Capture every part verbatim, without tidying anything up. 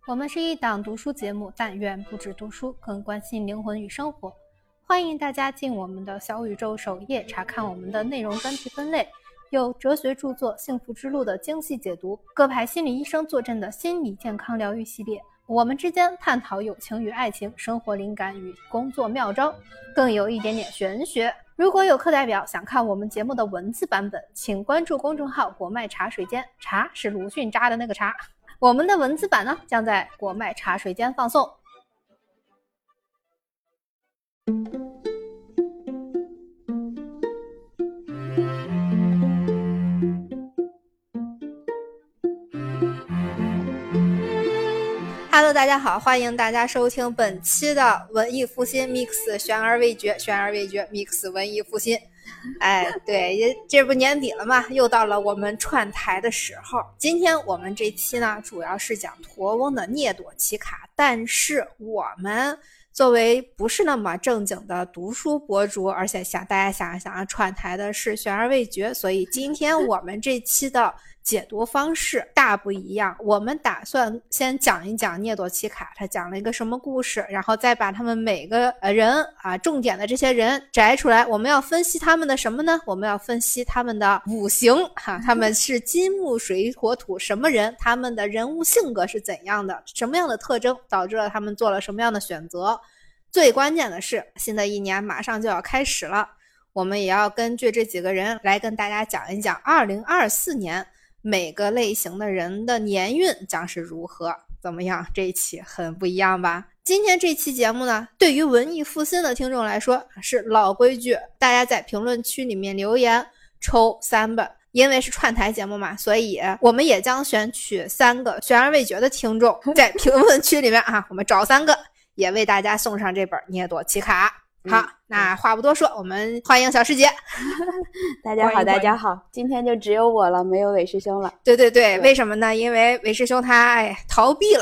我们是一档读书节目，但愿不止读书，更关心灵魂与生活。欢迎大家进我们的小宇宙首页查看我们的内容专题分类，有哲学著作《幸福之路》的精细解读，各派心理医生坐镇的心理健康疗愈系列，我们之间探讨友情与爱情、生活灵感与工作妙招，更有一点点玄学。如果有课代表想看我们节目的文字版本，请关注公众号国脉茶水间，茶是鲁迅扎的那个茶。我们的文字版呢，将在国脉茶水间放送。Hello， 大家好，欢迎大家收听本期的文艺复兴 Mix 悬而未决，悬而未决 Mix 文艺复兴。哎，对，这不年底了嘛，又到了我们串台的时候。今天我们这期呢，主要是讲驼翁的聂朵奇卡，但是我们作为不是那么正经的读书博主，而且想大家想想要串台的是悬而未决，所以今天我们这期的解读方式大不一样。我们打算先讲一讲聂朵奇卡他讲了一个什么故事，然后再把他们每个人啊重点的这些人摘出来。我们要分析他们的什么呢？我们要分析他们的五行哈，他们是金木水火土什么人，他们的人物性格是怎样的，什么样的特征导致了他们做了什么样的选择。最关键的是新的一年马上就要开始了，我们也要根据这几个人来跟大家讲一讲二零二四年每个类型的人的年运将是如何。怎么样，这一期很不一样吧？今天这期节目呢，对于文艺复兴的听众来说是老规矩，大家在评论区里面留言抽三本，因为是串台节目嘛，所以我们也将选取三个悬而未决的听众，在评论区里面啊，我们找三个也为大家送上这本聂朵奇卡。好、嗯、那话不多说，我们欢迎小师姐。 大家好大家好，今天就只有我了，没有韦师兄了。 对对对，为什么呢？因为韦师兄他哎逃避了。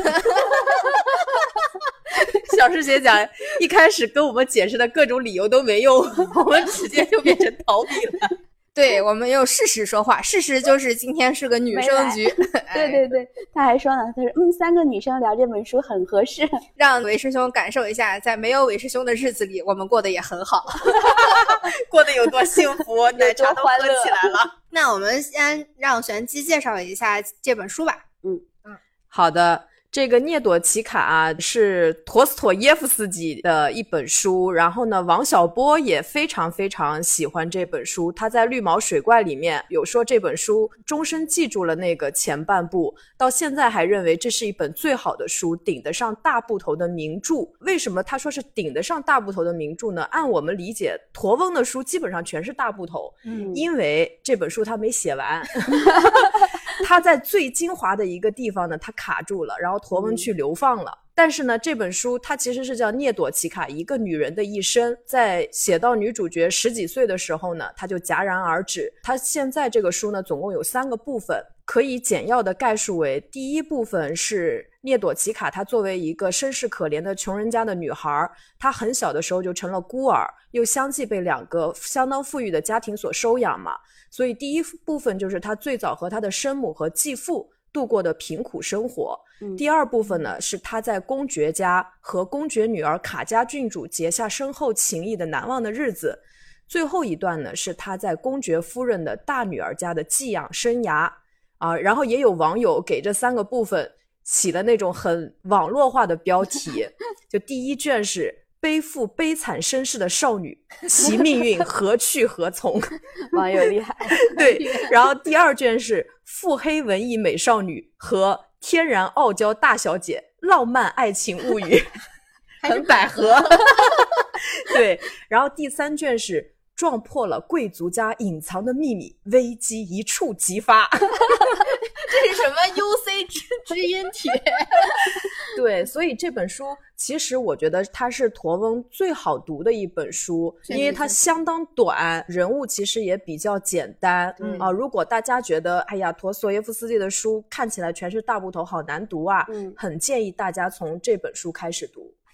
小师姐讲一开始跟我们解释的各种理由都没用，我们直接就变成逃避了。 对，我们用事实说话，事实就是今天是个女生局。 对对对，他还说呢，他说嗯，三个女生聊这本书很合适， 让韦师兄感受一下，在没有韦师兄的日子里，我们过得也很好， 过得有多幸福，奶茶都喝起来了。 那我们先让玄机介绍一下这本书吧。 嗯嗯，好的。这个聂朵奇卡啊，是陀思妥耶夫斯基的一本书，然后呢，王小波也非常非常喜欢这本书，他在绿毛水怪里面有说这本书终身记住了那个前半部，到现在还认为这是一本最好的书，顶得上大部头的名著。为什么他说是顶得上大部头的名著呢？按我们理解，驼翁的书基本上全是大部头，嗯，因为这本书他没写完。他在最精华的一个地方呢，他卡住了，然后驼翁去流放了。但是呢，这本书它其实是叫聂朵奇卡一个女人的一生，在写到女主角十几岁的时候呢，它就戛然而止。它现在这个书呢，总共有三个部分，可以简要的概述为：第一部分是聂朵奇卡她作为一个身世可怜的穷人家的女孩，她很小的时候就成了孤儿，又相继被两个相当富裕的家庭所收养嘛，所以第一部分就是她最早和她的生母和继父度过的贫苦生活。嗯、第二部分呢，是她在公爵家和公爵女儿卡家郡主结下深厚情谊的难忘的日子。最后一段呢，是她在公爵夫人的大女儿家的寄养生涯啊。然后也有网友给这三个部分起了那种很网络化的标题，就第一卷是背负悲惨身世的少女，其命运何去何从。 网友厉害。 对，然后第二卷是腹黑文艺美少女和天然傲娇大小姐，浪漫爱情物语。 很百合。 对，然后第三卷是撞破了贵族家隐藏的秘密，危机一触即发。 这是什么 U C 知音体？ 对，所以这本书其实我觉得它是驼翁最好读的一本书，因为它相当短，人物其实也比较简单、嗯、啊。如果大家觉得哎呀陀思妥耶夫斯基的书看起来全是大部头好难读啊、嗯、很建议大家从这本书开始读。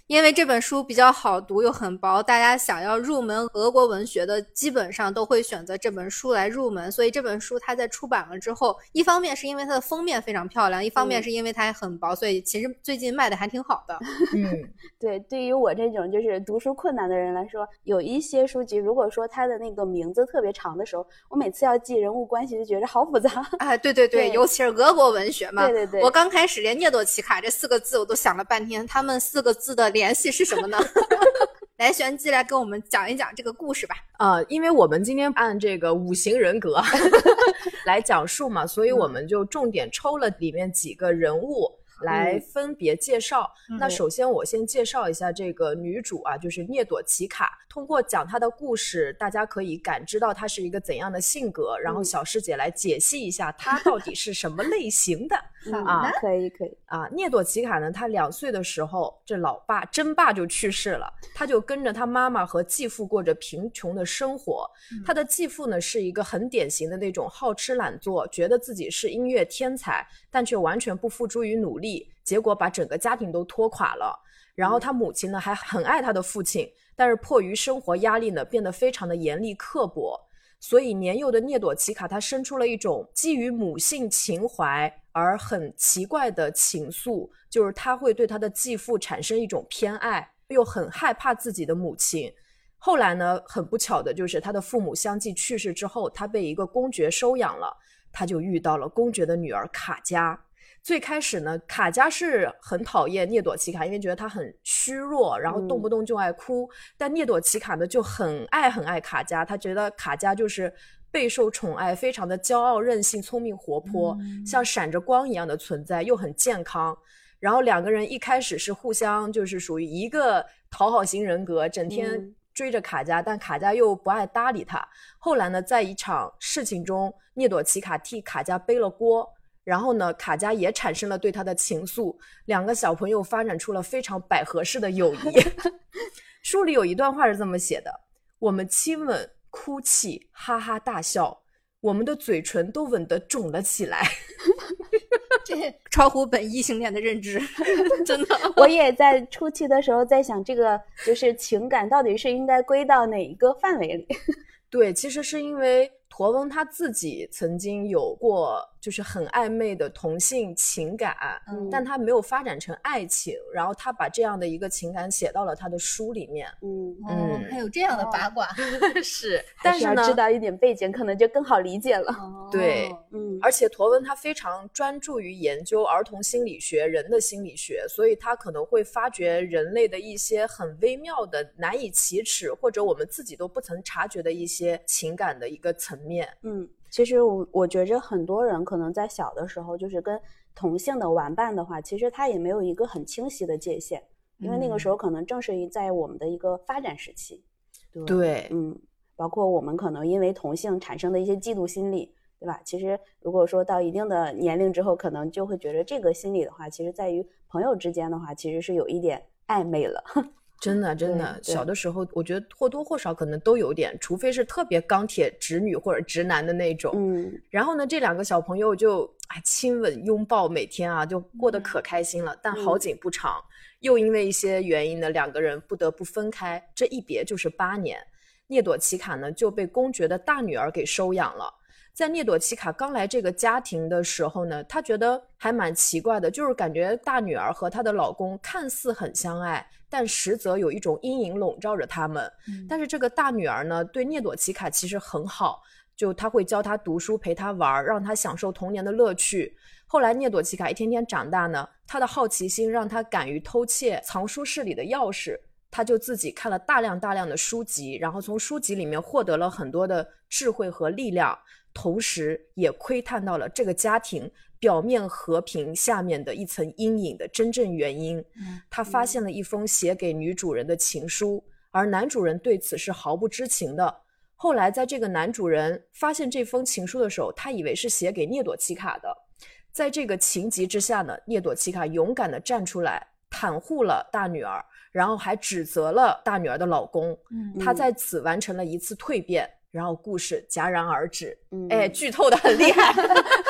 因为这本书比较好读又很薄，大家想要入门俄国文学的基本上都会选择这本书来入门，所以这本书它在出版了之后，一方面是因为它的封面非常漂亮，一方面是因为它还很薄，所以其实最近卖的还挺好的。 嗯， 对，对于我这种就是读书困难的人来说，有一些书籍如果说它的那个名字特别长的时候，我每次要记人物关系就觉得好复杂。 哎，对对 对, 对，尤其是俄国文学嘛。 对对对， 我刚开始连涅朵奇卡这四个字我都想了半天，他们四个字的联系是什么呢？来，玄机来跟我们讲一讲这个故事吧。 呃，因为我们今天按这个五行人格来讲述嘛，所以我们就重点抽了里面几个人物来分别介绍、嗯、那首先我先介绍一下这个女主啊，就是涅朵奇卡。通过讲她的故事，大家可以感知到她是一个怎样的性格、嗯、然后小师姐来解析一下她到底是什么类型的、 嗯、 啊， 可以可以啊。涅朵奇卡呢，她两岁的时候这老爸真爸就去世了，她就跟着她妈妈和继父过着贫穷的生活、嗯、她的继父呢是一个很典型的那种好吃懒做，觉得自己是音乐天才，但却完全不付诸于努力，结果把整个家庭都拖垮了。然后他母亲呢还很爱他的父亲，但是迫于生活压力呢变得非常的严厉刻薄，所以年幼的涅朵奇卡她生出了一种基于母性情怀而很奇怪的情愫，就是她会对她的继父产生一种偏爱，又很害怕自己的母亲。后来呢很不巧的就是她的父母相继去世之后，她被一个公爵收养了，她就遇到了公爵的女儿卡佳。最开始呢卡佳是很讨厌涅朵奇卡，因为觉得她很虚弱，然后动不动就爱哭、嗯、但涅朵奇卡呢就很爱很爱卡佳，她觉得卡佳就是备受宠爱，非常的骄傲任性聪明活泼、嗯、像闪着光一样的存在，又很健康。然后两个人一开始是互相就是属于一个讨好型人格，整天追着卡佳、嗯、但卡佳又不爱搭理他。后来呢在一场事情中，涅朵奇卡替卡佳背了锅，然后呢卡佳也产生了对他的情愫，两个小朋友发展出了非常百合式的友谊书里有一段话是这么写的：我们亲吻哭泣哈哈大笑，我们的嘴唇都吻得肿了起来这超乎本异性恋的认知真的我也在初期的时候在想，这个就是情感到底是应该归到哪一个范围里对，其实是因为驼翁他自己曾经有过就是很暧昧的同性情感、嗯、但他没有发展成爱情，然后他把这样的一个情感写到了他的书里面。 嗯嗯，还有这样的八卦、 哦、是，但是呢要知道一点背景可能就更好理解了、 哦、对，嗯，而且驼翁他非常专注于研究儿童心理学，人的心理学，所以他可能会发掘人类的一些很微妙的难以启齿或者我们自己都不曾察觉的一些情感的一个层面。 嗯，其实我我觉着很多人可能在小的时候就是跟同性的玩伴的话，其实他也没有一个很清晰的界限，因为那个时候可能正是在我们的一个发展时期。对， 对， 嗯，包括我们可能因为同性产生的一些嫉妒心理，对吧？其实如果说到一定的年龄之后，可能就会觉得这个心理的话，其实在于朋友之间的话，其实是有一点暧昧了。 真的真的，小的时候我觉得或多或少可能都有点，除非是特别钢铁直女或者直男的那种。嗯，然后呢这两个小朋友就哎亲吻拥抱，每天啊就过得可开心了、嗯、但好景不长、嗯、又因为一些原因呢两个人不得不分开，这一别就是八年。涅朵奇卡呢就被公爵的大女儿给收养了。在涅朵奇卡刚来这个家庭的时候呢，她觉得还蛮奇怪的，就是感觉大女儿和她的老公看似很相爱，但实则有一种阴影笼罩着他们、嗯、但是这个大女儿呢对涅朵奇卡其实很好，就她会教她读书，陪她玩，让她享受童年的乐趣。后来涅朵奇卡一天天长大呢，她的好奇心让她敢于偷窃藏书室里的钥匙，她就自己看了大量大量的书籍，然后从书籍里面获得了很多的智慧和力量，同时也窥探到了这个家庭表面和平下面的一层阴影的真正原因。他发现了一封写给女主人的情书，而男主人对此是毫不知情的。后来在这个男主人发现这封情书的时候，他以为是写给涅朵奇卡的。在这个情急之下呢，涅朵奇卡勇敢地站出来袒护了大女儿，然后还指责了大女儿的老公。嗯，他在此完成了一次蜕变，然后故事戛然而止。嗯，哎，剧透的很厉害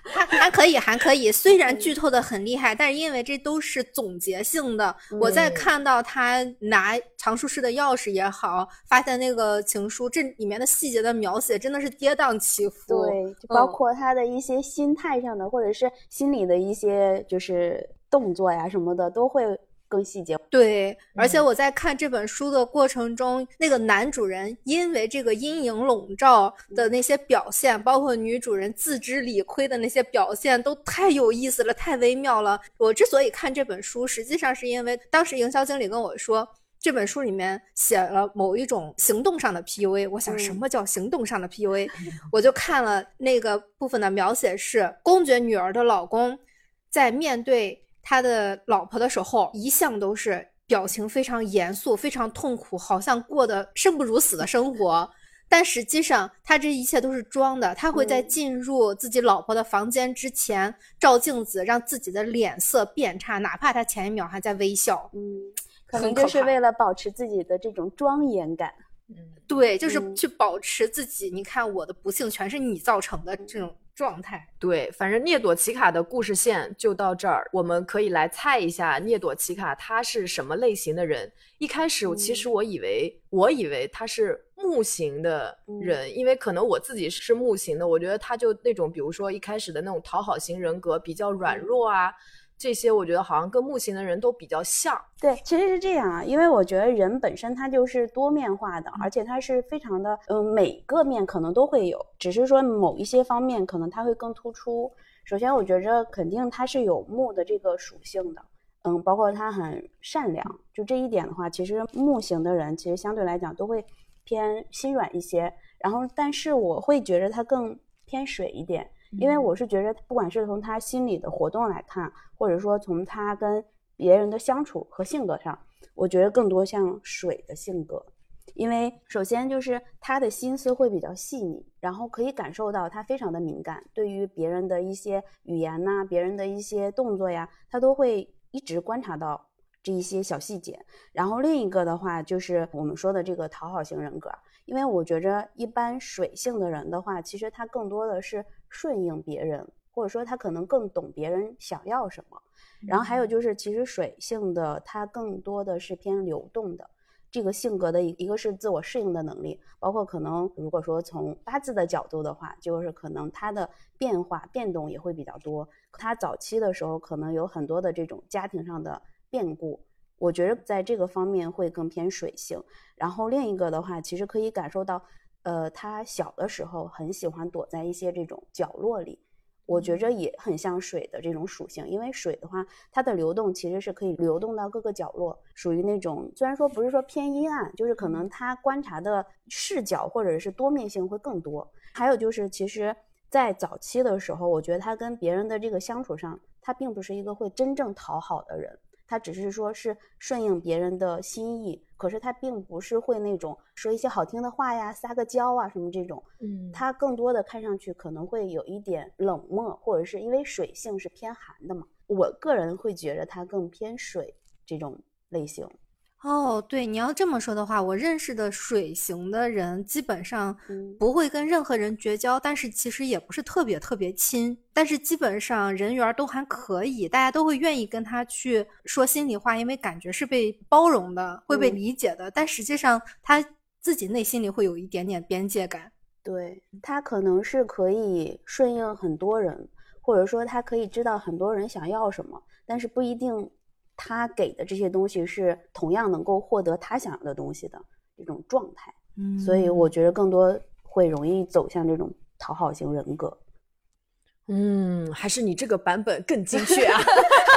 还还可以，还可以。虽然剧透的很厉害，但是因为这都是总结性的， 嗯、 我在看到他拿藏书室的钥匙也好，发现那个情书，这里面的细节的描写真的是跌宕起伏。 对，就包括他的一些心态上的，嗯、或者是心理的一些就是动作呀什么的，都会更细节。 对，而且我在看这本书的过程中，嗯、那个男主人因为这个阴影笼罩的那些表现，嗯、包括女主人自知理亏的那些表现，都太有意思了，太微妙了。我之所以看这本书，实际上是因为当时营销经理跟我说，这本书里面写了某一种行动上的 P U A， 我想什么叫行动上的 P U A，嗯、我就看了那个部分的描写是，公爵女儿的老公在面对他的老婆的时候，一向都是表情非常严肃，非常痛苦，好像过得生不如死的生活。但实际上他这一切都是装的，他会在进入自己老婆的房间之前，嗯、照镜子让自己的脸色变差，哪怕他前一秒还在微笑。 嗯，可能就是为了保持自己的这种庄严感。 嗯，对，就是去保持自己，嗯、你看我的不幸全是你造成的这种状态。 对，反正聂朵奇卡的故事线就到这儿，我们可以来猜一下聂朵奇卡他是什么类型的人。一开始其实我以为、嗯、我以为他是木型的人、嗯、因为可能我自己是木型的，我觉得他就那种比如说一开始的那种讨好型人格，比较软弱啊、嗯这些我觉得好像跟木型的人都比较像。 对，其实是这样啊，因为我觉得人本身他就是多面化的，而且他是非常的嗯、呃，每个面可能都会有，只是说某一些方面可能他会更突出。首先我觉着肯定他是有木的这个属性的，嗯，包括他很善良，就这一点的话，其实木型的人其实相对来讲都会偏心软一些，然后但是我会觉得他更偏水一点，因为我是觉得不管是从他心理的活动来看，或者说从他跟别人的相处和性格上，我觉得更多像水的性格。因为首先就是他的心思会比较细腻，然后可以感受到他非常的敏感，对于别人的一些语言呐、别人的一些动作呀，他都会一直观察到这一些小细节。然后另一个的话就是我们说的这个讨好型人格，因为我觉着一般水性的人的话，其实他更多的是顺应别人，或者说他可能更懂别人想要什么。然后还有就是其实水性的他更多的是偏流动的，这个性格的一个是自我适应的能力，包括可能如果说从八字的角度的话，就是可能他的变化变动也会比较多，他早期的时候可能有很多的这种家庭上的变故，我觉得在这个方面会更偏水性。然后另一个的话，其实可以感受到呃，他小的时候很喜欢躲在一些这种角落里，我觉着也很像水的这种属性。因为水的话，它的流动其实是可以流动到各个角落，属于那种虽然说不是说偏阴暗，就是可能他观察的视角或者是多面性会更多。还有就是其实在早期的时候，我觉得他跟别人的这个相处上，他并不是一个会真正讨好的人，他只是说是顺应别人的心意，可是他并不是会那种说一些好听的话呀，撒个娇啊什么这种，嗯，他更多的看上去可能会有一点冷漠，或者是因为水性是偏寒的嘛，我个人会觉得他更偏水这种类型。 哦，对，你要这么说的话，我认识的水型的人基本上不会跟任何人绝交，嗯、但是其实也不是特别特别亲，但是基本上人缘都还可以，大家都会愿意跟他去说心里话，因为感觉是被包容的，会被理解的，嗯、但实际上他自己内心里会有一点点边界感。 对，他可能是可以顺应很多人，或者说他可以知道很多人想要什么，但是不一定他给的这些东西是同样能够获得他想要的东西的这种状态，嗯，所以我觉得更多会容易走向这种讨好型人格。 嗯，还是你这个版本更精确啊。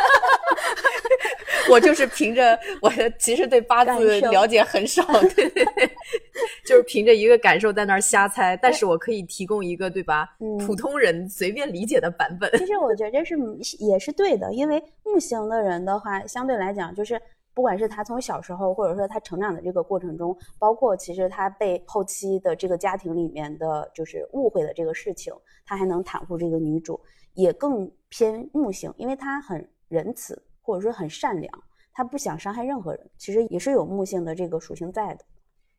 我就是凭着我其实对八字了解很少，对对对，就是凭着一个感受在那儿瞎猜，但是我可以提供一个对吧、嗯、普通人随便理解的版本。 其实我觉得这是也是对的，因为木型的人的话相对来讲就是不管是他从小时候或者说他成长的这个过程中，包括其实他被后期的这个家庭里面的就是误会的这个事情，他还能袒护这个女主，也更偏木型，因为他很仁慈或者说很善良，他不想伤害任何人，其实也是有木性的这个属性在的。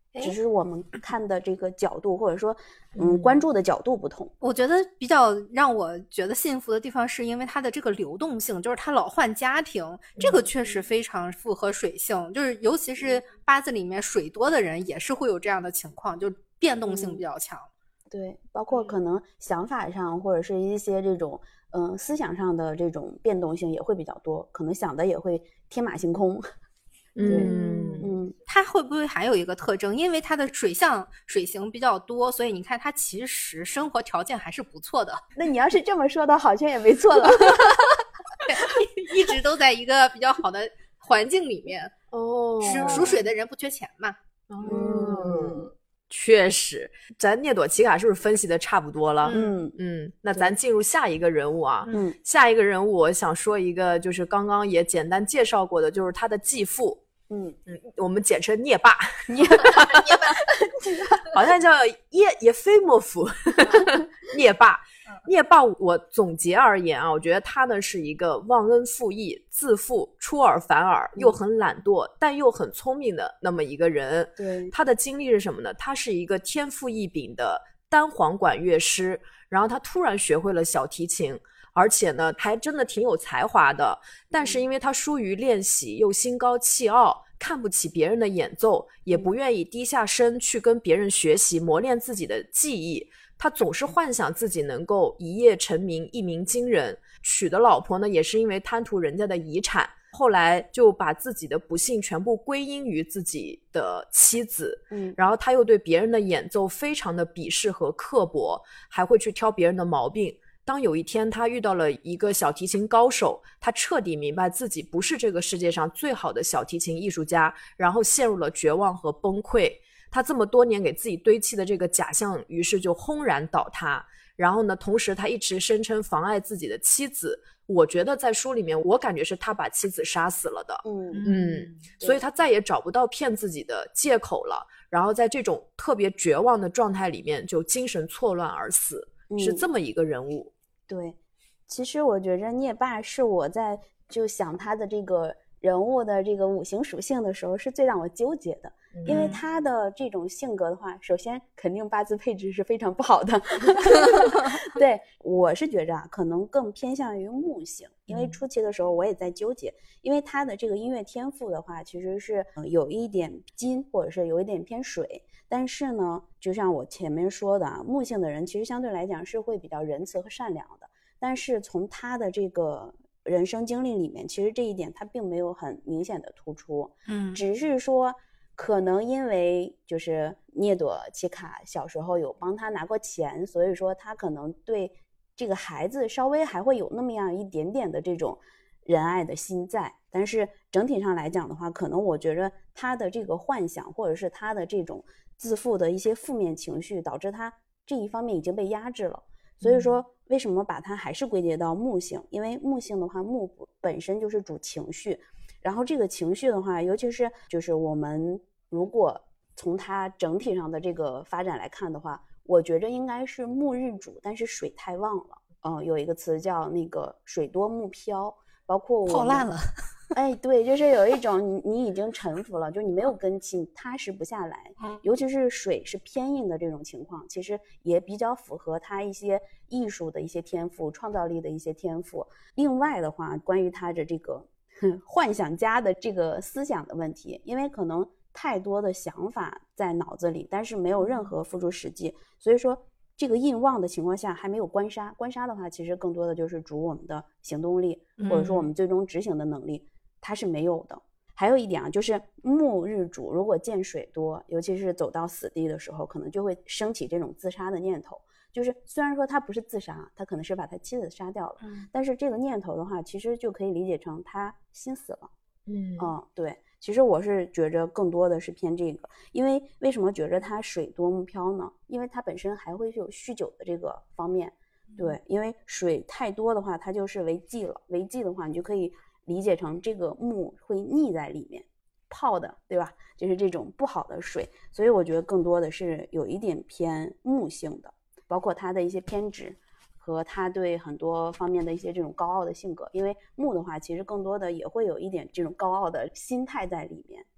只是我们看的这个角度，或者说嗯关注的角度不同。 我觉得比较让我觉得幸福的地方是因为它的这个流动性，就是它老换家庭，这个确实非常符合水性，就是尤其是八字里面水多的人也是会有这样的情况，就变动性比较强。 对，包括可能想法上或者是一些这种嗯、呃、思想上的这种变动性也会比较多，可能想的也会天马行空。 嗯嗯， 它会不会还有一个特征，因为它的水象水型比较多，所以你看它其实生活条件还是不错的。 那你要是这么说的好像也没错了。 一直都在一个比较好的环境里面。 哦， 属属水的人不缺钱嘛。 嗯，确实，咱聂朵奇卡是不是分析的差不多了？ 嗯嗯，那咱进入下一个人物啊。 嗯， 下一个人物我想说一个，就是刚刚也简单介绍过的，就是他的继父。 嗯嗯，我们简称聂爸。 聂爸， 聂爸， 好像叫叶叶菲莫夫。聂爸。聂爸，我总结而言啊，我觉得他呢是一个忘恩负义、自负、出尔反尔，又很懒惰，嗯、但又很聪明的那么一个人。 对， 他的经历是什么呢？他是一个天赋异禀的单簧管乐师，然后他突然学会了小提琴，而且呢还真的挺有才华的。但是因为他疏于练习，又心高气傲，看不起别人的演奏，也不愿意低下身去跟别人学习，磨练自己的技艺。他总是幻想自己能够一夜成名，一鸣惊人。娶的老婆呢，也是因为贪图人家的遗产，后来就把自己的不幸全部归因于自己的妻子。 嗯， 然后他又对别人的演奏非常的鄙视和刻薄，还会去挑别人的毛病。当有一天他遇到了一个小提琴高手，他彻底明白自己不是这个世界上最好的小提琴艺术家，然后陷入了绝望和崩溃。他这么多年给自己堆砌的这个假象，于是就轰然倒塌。然后呢，同时他一直声称妨碍自己的妻子。我觉得在书里面，我感觉是他把妻子杀死了的。 嗯嗯，所以他再也找不到骗自己的借口了。然后在这种特别绝望的状态里面，就精神错乱而死， 嗯、 是这么一个人物。 对，其实我觉着聂爸是我在就想他的这个人物的这个五行属性的时候，是最让我纠结的。因为他的这种性格的话，首先肯定八字配置是非常不好的。对，我是觉着啊，可能更偏向于木星。因为初期的时候我也在纠结，因为他的这个音乐天赋的话，其实是有一点金，或者是有一点偏水。但是呢，就像我前面说的啊，木星的人其实相对来讲是会比较仁慈和善良的。但是从他的这个人生经历里面，其实这一点他并没有很明显的突出。 嗯， 只是说可能因为就是聂朵奇卡小时候有帮他拿过钱，所以说他可能对这个孩子稍微还会有那么样一点点的这种仁爱的心在。但是整体上来讲的话，可能我觉得他的这个幻想或者是他的这种自负的一些负面情绪，导致他这一方面已经被压制了。所以说为什么把它还是归结到木星？因为木星的话，木本身就是主情绪，然后这个情绪的话，尤其是就是我们如果从它整体上的这个发展来看的话，我觉着应该是木日主，但是水太旺了。嗯，有一个词叫那个水多木飘，包括我泡烂了。 哎，对，就是有一种你你已经臣服了，就你没有根气，你踏实不下来。尤其是水是偏硬的这种情况，其实也比较符合他一些艺术的一些天赋、创造力的一些天赋。另外的话，关于他的这个幻想家的这个思想的问题，因为可能太多的想法在脑子里，但是没有任何付诸实际，所以说这个印旺的情况下还没有官杀。官杀的话，其实更多的就是主我们的行动力，或者说我们最终执行的能力，它是没有的。还有一点啊，就是木日主如果见水多，尤其是走到死地的时候，可能就会升起这种自杀的念头。就是虽然说他不是自杀，他可能是把他妻子杀掉了， 嗯、 但是这个念头的话，其实就可以理解成他心死了。 嗯嗯，对，其实我是觉着更多的是偏这个。因为为什么觉着他水多木飘呢？因为他本身还会有酗酒的这个方面。对，因为水太多的话，它就是为忌了。为忌的话，你就可以理解成这个木会溺在里面泡的，对吧？就是这种不好的水。所以我觉得更多的是有一点偏木性的，包括他的一些偏执和他对很多方面的一些这种高傲的性格。因为木的话其实更多的也会有一点这种高傲的心态在里面。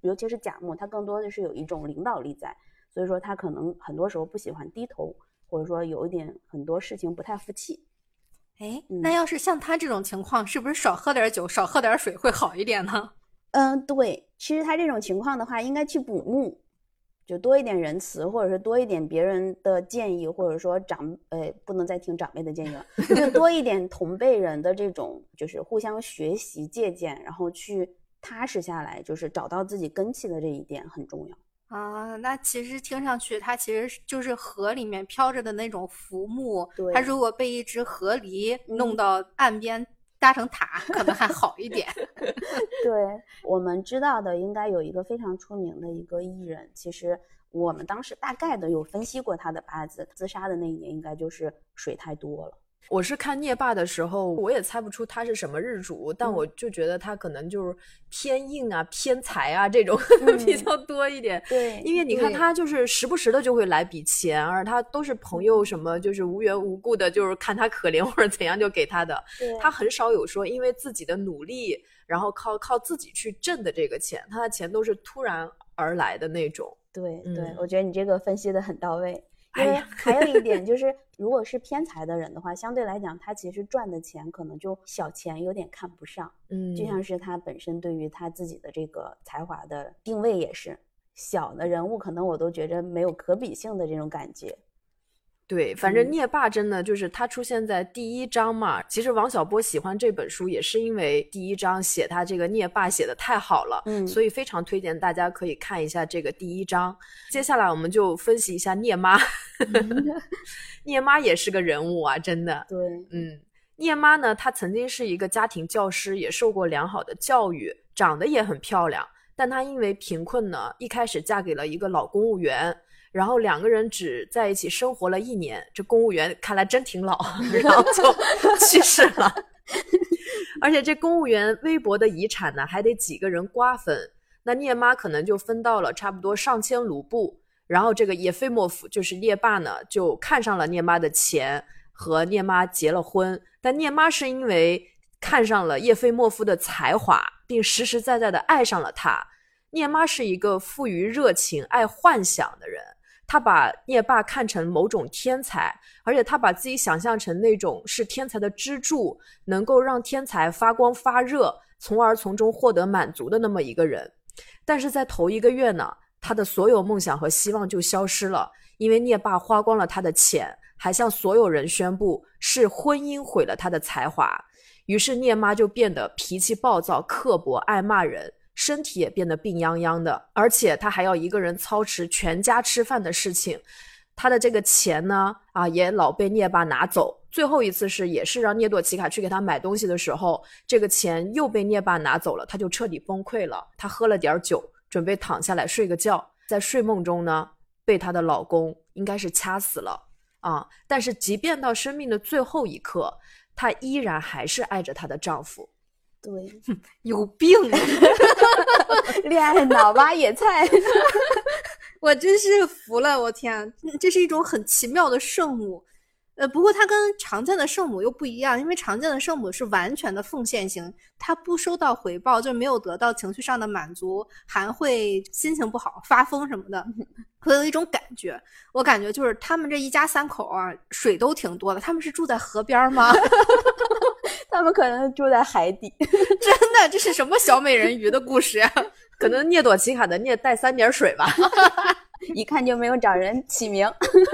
尤其是甲木，它更多的是有一种领导力在，所以说他可能很多时候不喜欢低头，或者说有一点很多事情不太服气。 哎，那要是像他这种情况，是不是少喝点酒，少喝点水会好一点呢？ 嗯，对，其实他这种情况的话，应该去补木，就多一点仁慈，或者是多一点别人的建议，或者说长，呃，不能再听长辈的建议了，就多一点同辈人的这种，就是互相学习借鉴，然后去踏实下来，就是找到自己根气的这一点很重要。 啊，那其实听上去，它其实就是河里面飘着的那种浮木， 对， 它如果被一只河狸弄到岸边搭成塔，嗯、可能还好一点。 对，我们知道的应该有一个非常出名的一个艺人，其实我们当时大概的有分析过他的八字，自杀的那一年应该就是水太多了。 我是看聂爸的时候，我也猜不出他是什么日主，但我就觉得他可能就是偏硬啊、偏财啊这种、嗯、比较多一点。 对， 因为你看他就是时不时的就会来笔钱，而他都是朋友什么，就是无缘无故的，就是看他可怜或者怎样就给他的。他很少有说因为自己的努力，然后靠靠自己去挣的这个钱，他的钱都是突然而来的那种。 对对、 嗯， 我觉得你这个分析的很到位。因为还有一点就是，如果是偏财的人的话，相对来讲，他其实赚的钱可能就小钱有点看不上， 嗯， 就像是他本身对于他自己的这个才华的定位也是，小的人物可能我都觉着没有可比性的这种感觉。 对，反正聂爸真的就是他出现在第一章嘛、嗯、其实王小波喜欢这本书也是因为第一章写他这个聂爸写的太好了， 嗯， 所以非常推荐大家可以看一下这个第一章。接下来我们就分析一下聂妈聂妈也是个人物啊，真的。 对， 嗯，聂妈呢，她曾经是一个家庭教师，也受过良好的教育，长得也很漂亮，但她因为贫困呢，一开始嫁给了一个老公务员，然后两个人只在一起生活了一年，这公务员看来真挺老，然后就去世了。而且这公务员微薄的遗产呢，还得几个人瓜分，那聂妈可能就分到了差不多上千卢布。然后这个叶菲莫夫就是聂爸呢，就看上了聂妈的钱，和聂妈结了婚。但聂妈是因为看上了叶菲莫夫的才华，并实实在在的爱上了他。聂妈是一个富于热情、爱幻想的人，他把聂爸看成某种天才，而且他把自己想象成那种是天才的支柱，能够让天才发光发热，从而从中获得满足的那么一个人。但是在头一个月呢，他的所有梦想和希望就消失了，因为聂爸花光了他的钱，还向所有人宣布是婚姻毁了他的才华。于是聂妈就变得脾气暴躁、刻薄、爱骂人，身体也变得病殃殃的，而且他还要一个人操持全家吃饭的事情。他的这个钱呢，啊，也老被聂爸拿走。最后一次是也是让聂朵奇卡去给他买东西的时候，这个钱又被聂爸拿走了，他就彻底崩溃了。他喝了点酒，准备躺下来睡个觉，在睡梦中呢，被她的老公应该是掐死了啊！但是即便到生命的最后一刻，她依然还是爱着她的丈夫。 对， 有病啊！ 恋爱脑挖野菜。 我真是服了，我天，这是一种很奇妙的圣母。呃，不过它跟常见的圣母又不一样，因为常见的圣母是完全的奉献型，她不收到回报，就没有得到情绪上的满足，还会心情不好、发疯什么的。会有一种感觉，我感觉就是他们这一家三口啊，水都挺多的。他们是住在河边吗？ 他们可能住在海底。 真的，这是什么小美人鱼的故事呀、啊？ 可能聂朵奇卡的聂带三点水吧。 一看就没有找人起名。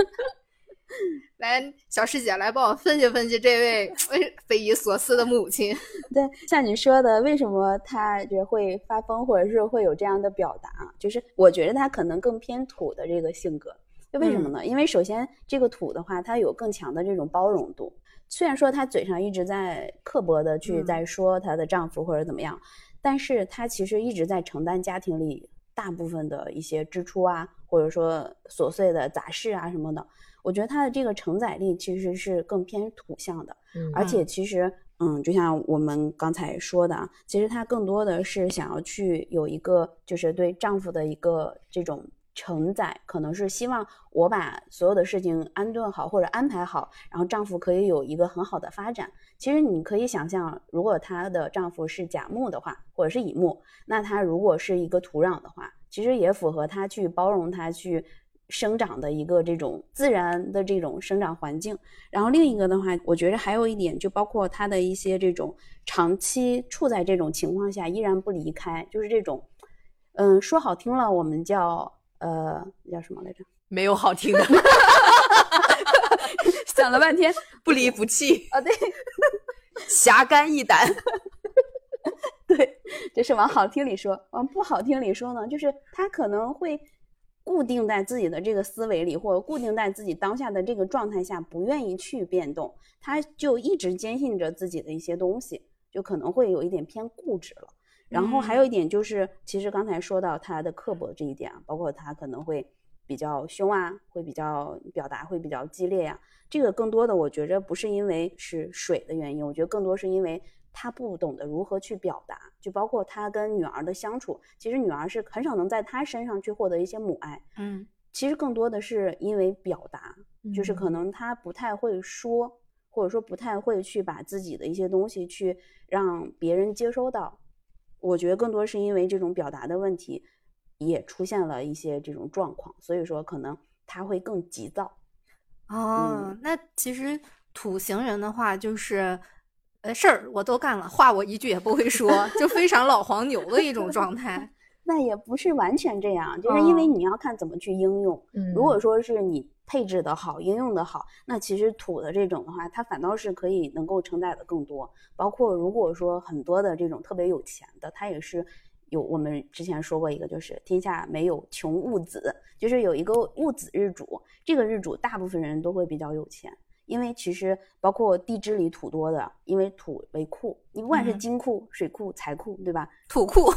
来，小师姐来帮我分析分析这位匪夷所思的母亲。 对，像你说的，为什么她这会发疯，或者是会有这样的表达？就是我觉得她可能更偏土的这个性格。就为什么呢？嗯、因为首先这个土的话，它有更强的这种包容度。虽然说她嘴上一直在刻薄的去在说她的丈夫或者怎么样，嗯、但是她其实一直在承担家庭里大部分的一些支出啊，或者说琐碎的杂事啊什么的。我觉得他的这个承载力其实是更偏土象的，嗯、而且其实嗯，就像我们刚才说的啊，其实他更多的是想要去有一个就是对丈夫的一个这种承载，可能是希望我把所有的事情安顿好或者安排好，然后丈夫可以有一个很好的发展。其实你可以想象，如果她的丈夫是甲木的话，或者是乙木，那他如果是一个土壤的话，其实也符合他去包容他去生长的一个这种自然的这种生长环境。然后另一个的话，我觉得还有一点，就包括他的一些这种长期处在这种情况下依然不离开，就是这种嗯，说好听了我们叫呃叫什么来着， 没有好听的想了半天不离不弃啊，对， 侠肝义胆对，这是往好听里说。往不好听里说呢，就是他可能会固定在自己的这个思维里，或者固定在自己当下的这个状态下，不愿意去变动，他就一直坚信着自己的一些东西，就可能会有一点偏固执了。然后还有一点就是、嗯、其实刚才说到他的刻薄这一点啊，包括他可能会比较凶啊，会比较表达会比较激烈呀、啊，这个更多的我觉着不是因为是水的原因，我觉得更多是因为他不懂得如何去表达，就包括他跟女儿的相处，其实女儿是很少能在他身上去获得一些母爱， 嗯， 其实更多的是因为表达，就是可能他不太会说，或者说不太会去把自己的一些东西去让别人接收到，我觉得更多是因为这种表达的问题也出现了一些这种状况，所以说可能他会更急躁。 哦、嗯，那其实土型人的话就是呃，事儿我都干了，话我一句也不会说，就非常老黄牛的一种状态。 那也不是完全这样，就是因为你要看怎么去应用、嗯、如果说是你配置的好，应用的好，那其实土的这种的话，它反倒是可以能够承载的更多。包括如果说很多的这种特别有钱的，它也是有，我们之前说过一个，就是天下没有穷物子，就是有一个物子日主，这个日主大部分人都会比较有钱。因为其实包括地支里土多的，因为土为库，你不管是金库、嗯、水库、财库，对吧？ 土库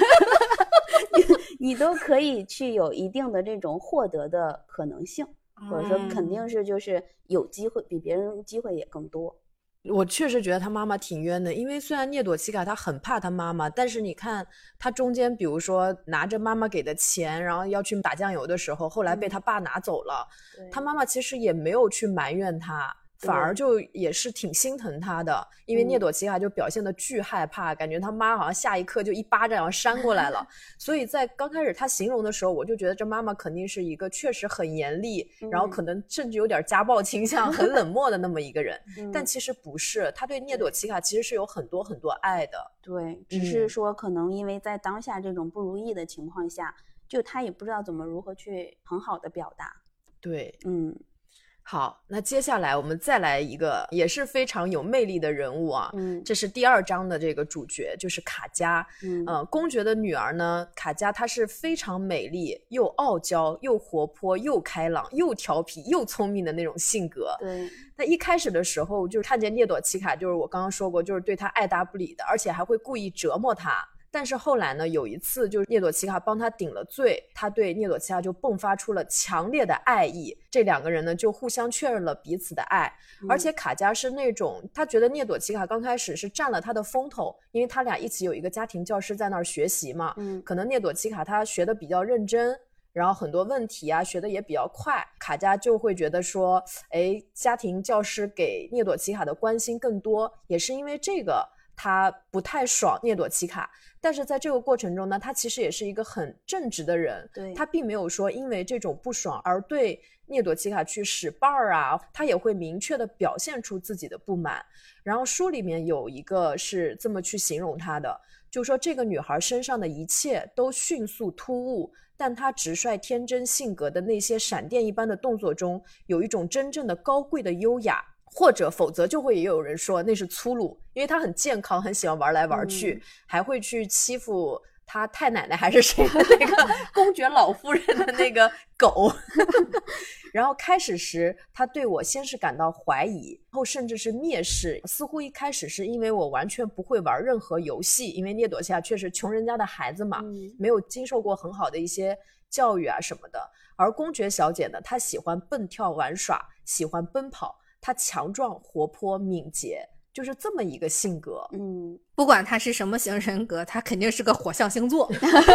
你, 你都可以去有一定的这种获得的可能性，或者说肯定是就是有机会，比别人机会也更多。 我确实觉得他妈妈挺冤的，因为虽然涅朵奇卡他很怕他妈妈，但是你看他中间比如说拿着妈妈给的钱，然后要去打酱油的时候，后来被他爸拿走了、嗯、他妈妈其实也没有去埋怨他，反而就也是挺心疼他的，因为涅朵奇卡就表现得巨害怕、嗯、感觉他妈好像下一刻就一巴掌要扇过来了所以在刚开始他形容的时候，我就觉得这妈妈肯定是一个确实很严厉、嗯、然后可能甚至有点家暴倾向很冷漠的那么一个人、嗯、但其实不是，他对涅朵奇卡其实是有很多很多爱的。 对，只是说可能因为在当下这种不如意的情况下、嗯、就他也不知道怎么如何去很好的表达。 对， 嗯， 好，那接下来我们再来一个也是非常有魅力的人物啊， 嗯， 这是第二章的这个主角，就是卡嘉， 嗯， 呃，公爵的女儿呢，卡嘉她是非常美丽，又傲娇，又活泼，又开朗，又调皮，又聪明的那种性格。 对， 那一开始的时候，就是看见涅朵奇卡，就是我刚刚说过，就是对她爱答不理的，而且还会故意折磨她。但是后来呢，有一次就是涅朵奇卡帮他顶了罪，他对涅朵奇卡就迸发出了强烈的爱意，这两个人呢就互相确认了彼此的爱、嗯、而且卡嘉是那种他觉得涅朵奇卡刚开始是占了他的风头，因为他俩一起有一个家庭教师在那儿学习嘛， 嗯， 可能涅朵奇卡他学的比较认真，然后很多问题啊学的也比较快，卡嘉就会觉得说，哎，家庭教师给涅朵奇卡的关心更多，也是因为这个他不太爽涅朵奇卡。但是在这个过程中呢，他其实也是一个很正直的人， 对， 他并没有说因为这种不爽而对涅朵奇卡去使绊儿啊，他也会明确的表现出自己的不满。然后书里面有一个是这么去形容他的，就是说这个女孩身上的一切都迅速突兀，但她直率天真性格的那些闪电一般的动作中，有一种真正的高贵的优雅，或者否则就会也有人说那是粗鲁，因为他很健康，很喜欢玩来玩去、嗯、还会去欺负他太奶奶还是谁的那个公爵老夫人的那个狗然后开始时他对我先是感到怀疑，后甚至是蔑视，似乎一开始是因为我完全不会玩任何游戏，因为涅朵奇卡确实穷人家的孩子嘛、嗯、没有经受过很好的一些教育啊什么的。而公爵小姐呢，她喜欢蹦跳玩耍，喜欢奔跑，她强壮活泼敏捷， 就是这么一个性格。 嗯， 不管他是什么型人格，他肯定是个火象星座。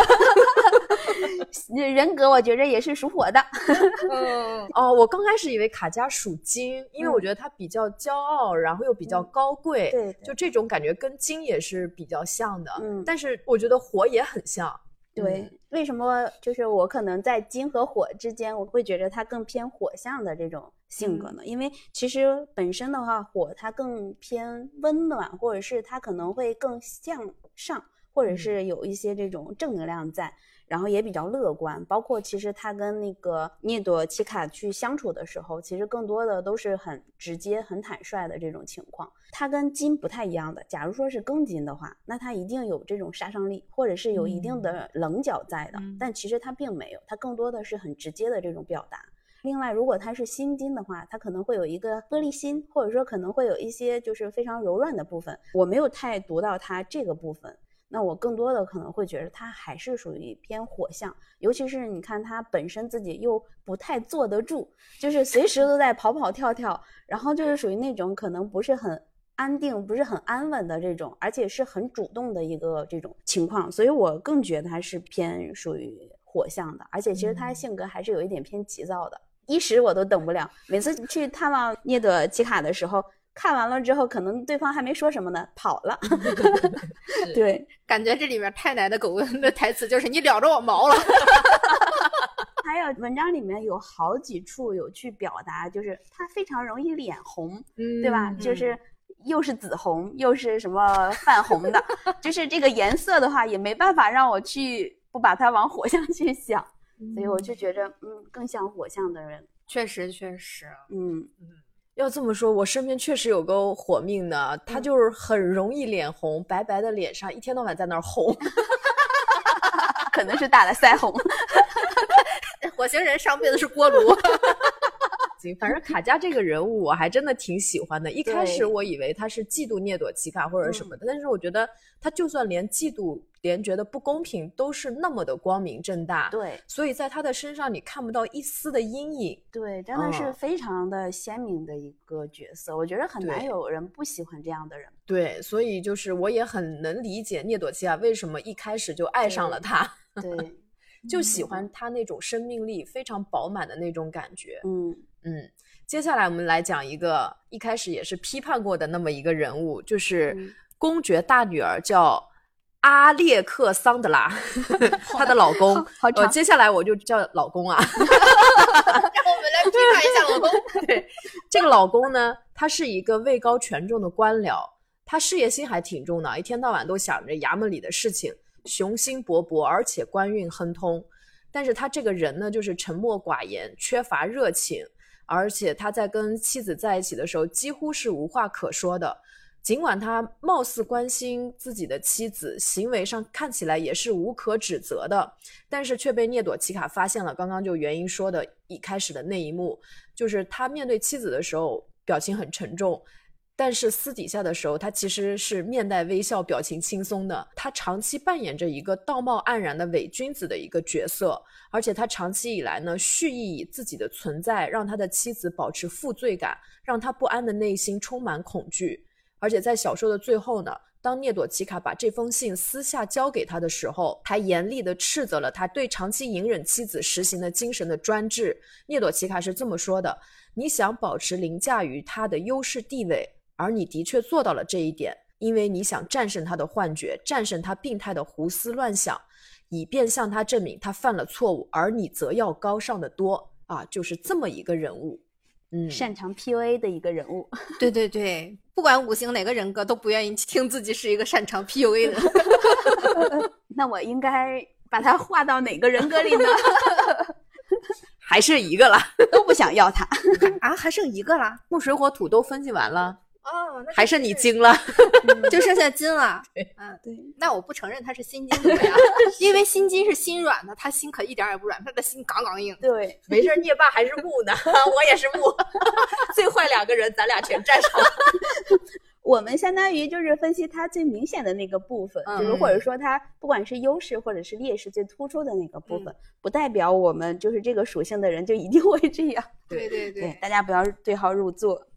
人格我觉着也是属火的。 嗯，哦，我刚开始以为卡佳属金，因为我觉得他比较骄傲，然后又比较高贵， 嗯、对, 对， 就这种感觉跟金也是比较像的。 嗯， 但是我觉得火也很像。 对、嗯，为什么就是我可能在金和火之间，我会觉得它更偏火象的这种性格呢？嗯、因为其实本身的话，火它更偏温暖，或者是它可能会更向上，或者是有一些这种正能量在。然后也比较乐观，包括其实他跟那个涅朵奇卡去相处的时候，其实更多的都是很直接很坦率的这种情况。他跟金不太一样的，假如说是庚金的话，那他一定有这种杀伤力，或者是有一定的棱角在的、嗯、但其实他并没有，他更多的是很直接的这种表达。另外如果他是辛金的话，他可能会有一个玻璃心，或者说可能会有一些就是非常柔软的部分，我没有太读到他这个部分，那我更多的可能会觉得他还是属于偏火象，尤其是你看他本身自己又不太坐得住，就是随时都在跑跑跳跳，然后就是属于那种可能不是很安定不是很安稳的这种，而且是很主动的一个这种情况，所以我更觉得他是偏属于火象的，而且其实他性格还是有一点偏急躁的，一时我都等不了，每次去探望涅朵奇卡的时候，看完了之后可能对方还没说什么呢跑了。对， 感觉这里面太奶的狗的台词就是你撩着我毛了。 还有文章里面有好几处有去表达，就是他非常容易脸红、嗯、对吧、嗯、就是又是紫红又是什么泛红的就是这个颜色的话也没办法让我去不把它往火象去想、嗯、所以我就觉着嗯更像火象的人。 确实确实嗯嗯，要这么说我身边确实有个火命的，他就是很容易脸红、嗯、白白的脸上一天到晚在那儿红。 可能是打了腮红。 火星人上辈子是锅炉。 反正卡佳这个人物我还真的挺喜欢的，一开始我以为他是嫉妒涅朵奇卡或者什么的、嗯、但是我觉得他就算连嫉妒连觉得不公平都是那么的光明正大， 对， 所以在他的身上你看不到一丝的阴影， 对，真的是非常的鲜明的一个角色、嗯、我觉得很难有人不喜欢这样的人。 对，所以就是我也很能理解涅朵奇卡为什么一开始就爱上了他。 对, 对就喜欢他那种生命力非常饱满的那种感觉。 嗯嗯，接下来我们来讲一个一开始也是批判过的那么一个人物，就是公爵大女儿叫阿列克桑德拉，她的老公。 好长、 呃、接下来我就叫老公啊。 让我们来批判一下老公。 对，这个老公呢，他是一个位高权重的官僚，他事业心还挺重的，一天到晚都想着衙门里的事情，雄心勃勃，而且官运亨通。但是他这个人呢，就是沉默寡言，缺乏热情，而且他在跟妻子在一起的时候几乎是无话可说的。尽管他貌似关心自己的妻子，行为上看起来也是无可指责的，但是却被涅朵奇卡发现了刚刚就原因说的一开始的那一幕，就是他面对妻子的时候表情很沉重，但是私底下的时候他其实是面带微笑，表情轻松的。他长期扮演着一个道貌岸然的伪君子的一个角色，而且他长期以来呢蓄意以自己的存在让他的妻子保持负罪感，让他不安的内心充满恐惧。而且在小说的最后呢，当涅朵奇卡把这封信私下交给他的时候，还严厉地斥责了他对长期隐忍妻子实行的精神的专制。涅朵奇卡是这么说的：你想保持凌驾于他的优势地位，而你的确做到了这一点，因为你想战胜他的幻觉，战胜他病态的胡思乱想，以便向他证明他犯了错误，而你则要高尚的多啊，就是这么一个人物。嗯， 擅长 P U A 的一个人物。 对对对，不管五行哪个人格都不愿意听自己是一个擅长 P U A 的。 那我应该把他划到哪个人格里呢？ 还剩一个了， 都不想要他。 啊，还剩一个了？ 木水火土都分析完了。 哦，那还剩你金了。 嗯、就剩下金了。 对， 嗯，对。那我不承认他是心金的呀，因为心金是心软的，他心可一点也不软，他的心杠杠硬。 对， 没事，灭霸还是木呢，我也是木，最坏两个人咱俩全占上了。 我们相当于就是分析他最明显的那个部分，嗯、就是或者说他不管是优势或者是劣势最突出的那个部分，嗯、不代表我们就是这个属性的人就一定会这样。 对对对, 对，大家不要对号入座。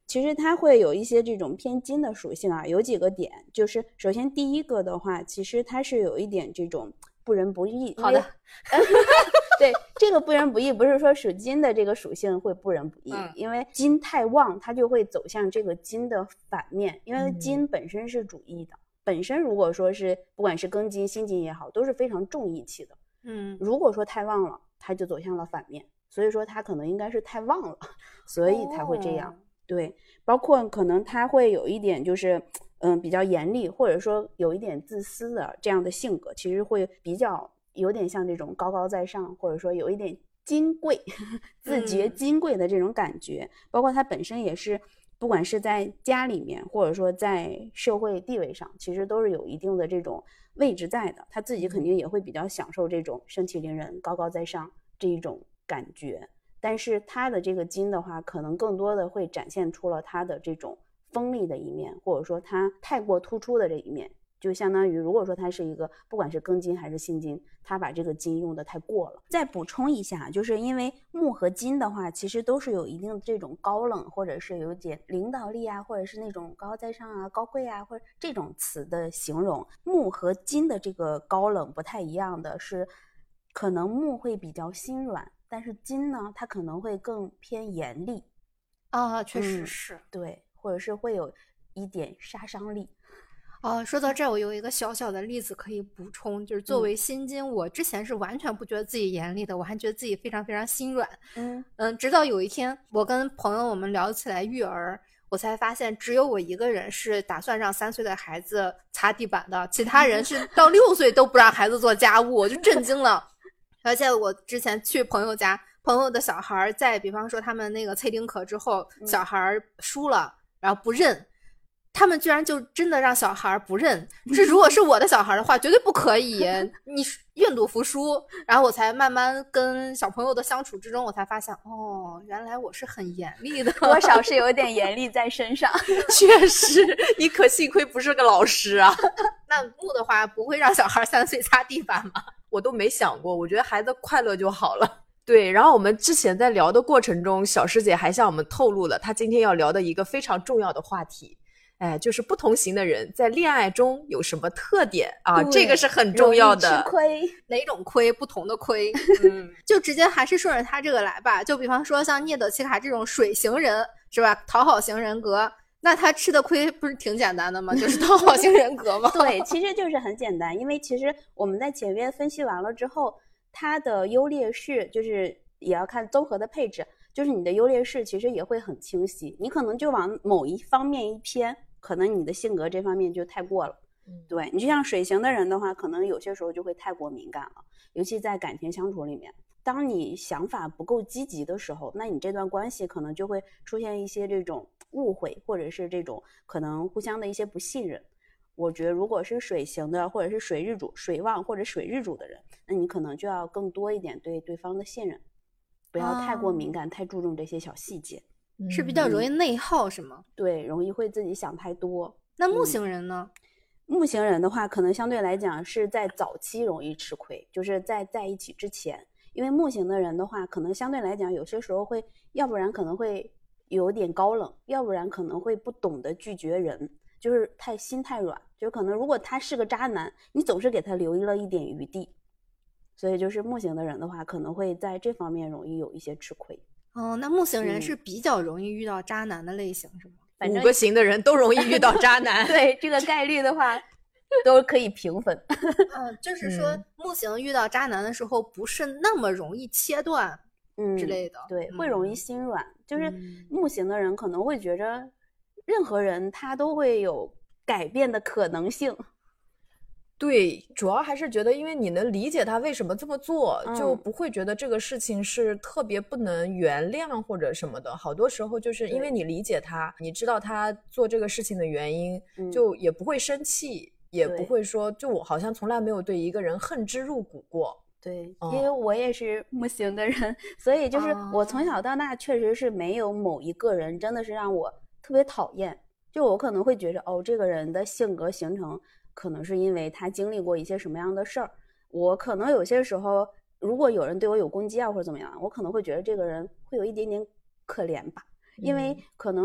其实它会有一些这种偏金的属性啊，有几个点，就是首先第一个的话，其实它是有一点这种不仁不义。 好的， 对，这个不仁不义不是说属金的这个属性会不仁不义， 嗯、 因为金太旺，它就会走向这个金的反面，因为金本身是主义的，嗯、本身如果说是不管是庚金、辛金也好，都是非常重义气的。 嗯， 如果说太旺了，它就走向了反面，所以说它可能应该是太旺了，所以才会这样。哦、对，包括可能它会有一点就是。嗯，比较严厉，或者说有一点自私的这样的性格，其实会比较有点像这种高高在上，或者说有一点金贵、自觉金贵的这种感觉。嗯、包括他本身也是，不管是在家里面，或者说在社会地位上，其实都是有一定的这种位置在的。他自己肯定也会比较享受这种身体凌人、高高在上这一种感觉。但是他的这个金的话，可能更多的会展现出了他的这种锋利的一面，或者说它太过突出的这一面，就相当于如果说它是一个不管是庚金还是辛金，它把这个金用的太过了。再补充一下，就是因为木和金的话其实都是有一定的这种高冷，或者是有点领导力啊，或者是那种高高在上啊、高贵啊，或者这种词的形容。木和金的这个高冷不太一样的是，可能木会比较心软，但是金呢它可能会更偏严厉啊，确实是、 嗯、对，或者是会有一点杀伤力。 哦，说到这儿，我有一个小小的例子可以补充，就是作为辛金、嗯、我之前是完全不觉得自己严厉的，我还觉得自己非常非常心软。 嗯嗯，直到有一天我跟朋友我们聊起来育儿，我才发现只有我一个人是打算让三岁的孩子擦地板的，其他人是到六岁都不让孩子做家务，我就震惊了。而且我之前去朋友家，朋友的小孩在比方说他们那个测丁课之后，小孩输了然后不认，他们居然就真的让小孩不认。这如果是我的小孩的话绝对不可以，你愿赌服输。然后我才慢慢跟小朋友的相处之中，我才发现哦，原来我是很严厉的， 多少是有点严厉在身上。 确实，你可幸亏不是个老师啊。 那木的话不会让小孩三岁擦地板吗？ 我都没想过，我觉得孩子快乐就好了。对，然后我们之前在聊的过程中，小师姐还向我们透露了她今天要聊的一个非常重要的话题，哎，就是不同型的人在恋爱中有什么特点啊？这个是很重要的。 吃亏， 哪种亏？不同的亏。嗯，就直接还是顺着他这个来吧。就比方说像聂德奇卡这种水型人，是吧？讨好型人格，那他吃的亏不是挺简单的吗？就是讨好型人格吗？ 对，其实就是很简单，因为其实我们在前面分析完了之后，它的优劣势就是也要看综合的配置，就是你的优劣势其实也会很清晰，你可能就往某一方面一偏，可能你的性格这方面就太过了。嗯、对，你就像水型的人的话，可能有些时候就会太过敏感了，尤其在感情相处里面，当你想法不够积极的时候，那你这段关系可能就会出现一些这种误会，或者是这种可能互相的一些不信任。我觉得如果是水型的，或者是水日主、水旺或者水日主的人，那你可能就要更多一点对对方的信任，不要太过敏感、哦、太注重这些小细节， 是比较容易内耗是吗？ 对，容易会自己想太多。 那木型人呢？ 嗯、木型人的话，可能相对来讲是在早期容易吃亏，就是在在一起之前，因为木型的人的话，可能相对来讲有些时候会，要不然可能会有点高冷，要不然可能会不懂得拒绝人，就是太心太软，就可能如果他是个渣男，你总是给他留了一点余地，所以就是木型的人的话，可能会在这方面容易有一些吃亏。 哦，那木型人是比较容易遇到渣男的类型、嗯、是吗？ 反正五个型的人都容易遇到渣男。 对，这个概率的话都可以平分。 嗯，就是说、嗯、木型遇到渣男的时候不是那么容易切断之类的、 嗯、对，会容易心软、嗯、就是木型的人可能会觉着任何人他都会有改变的可能性。 对，主要还是觉得因为你能理解他为什么这么做、嗯、就不会觉得这个事情是特别不能原谅或者什么的。好多时候就是因为你理解他，你知道他做这个事情的原因、嗯、就也不会生气，也不会说就我好像从来没有对一个人恨之入骨过。 对、嗯、因为我也是木型的人，所以就是我从小到大确实是没有某一个人真的是让我特别讨厌，就我可能会觉得哦，这个人的性格形成可能是因为他经历过一些什么样的事儿，我可能有些时候如果有人对我有攻击啊或者怎么样，我可能会觉得这个人会有一点点可怜吧，因为可能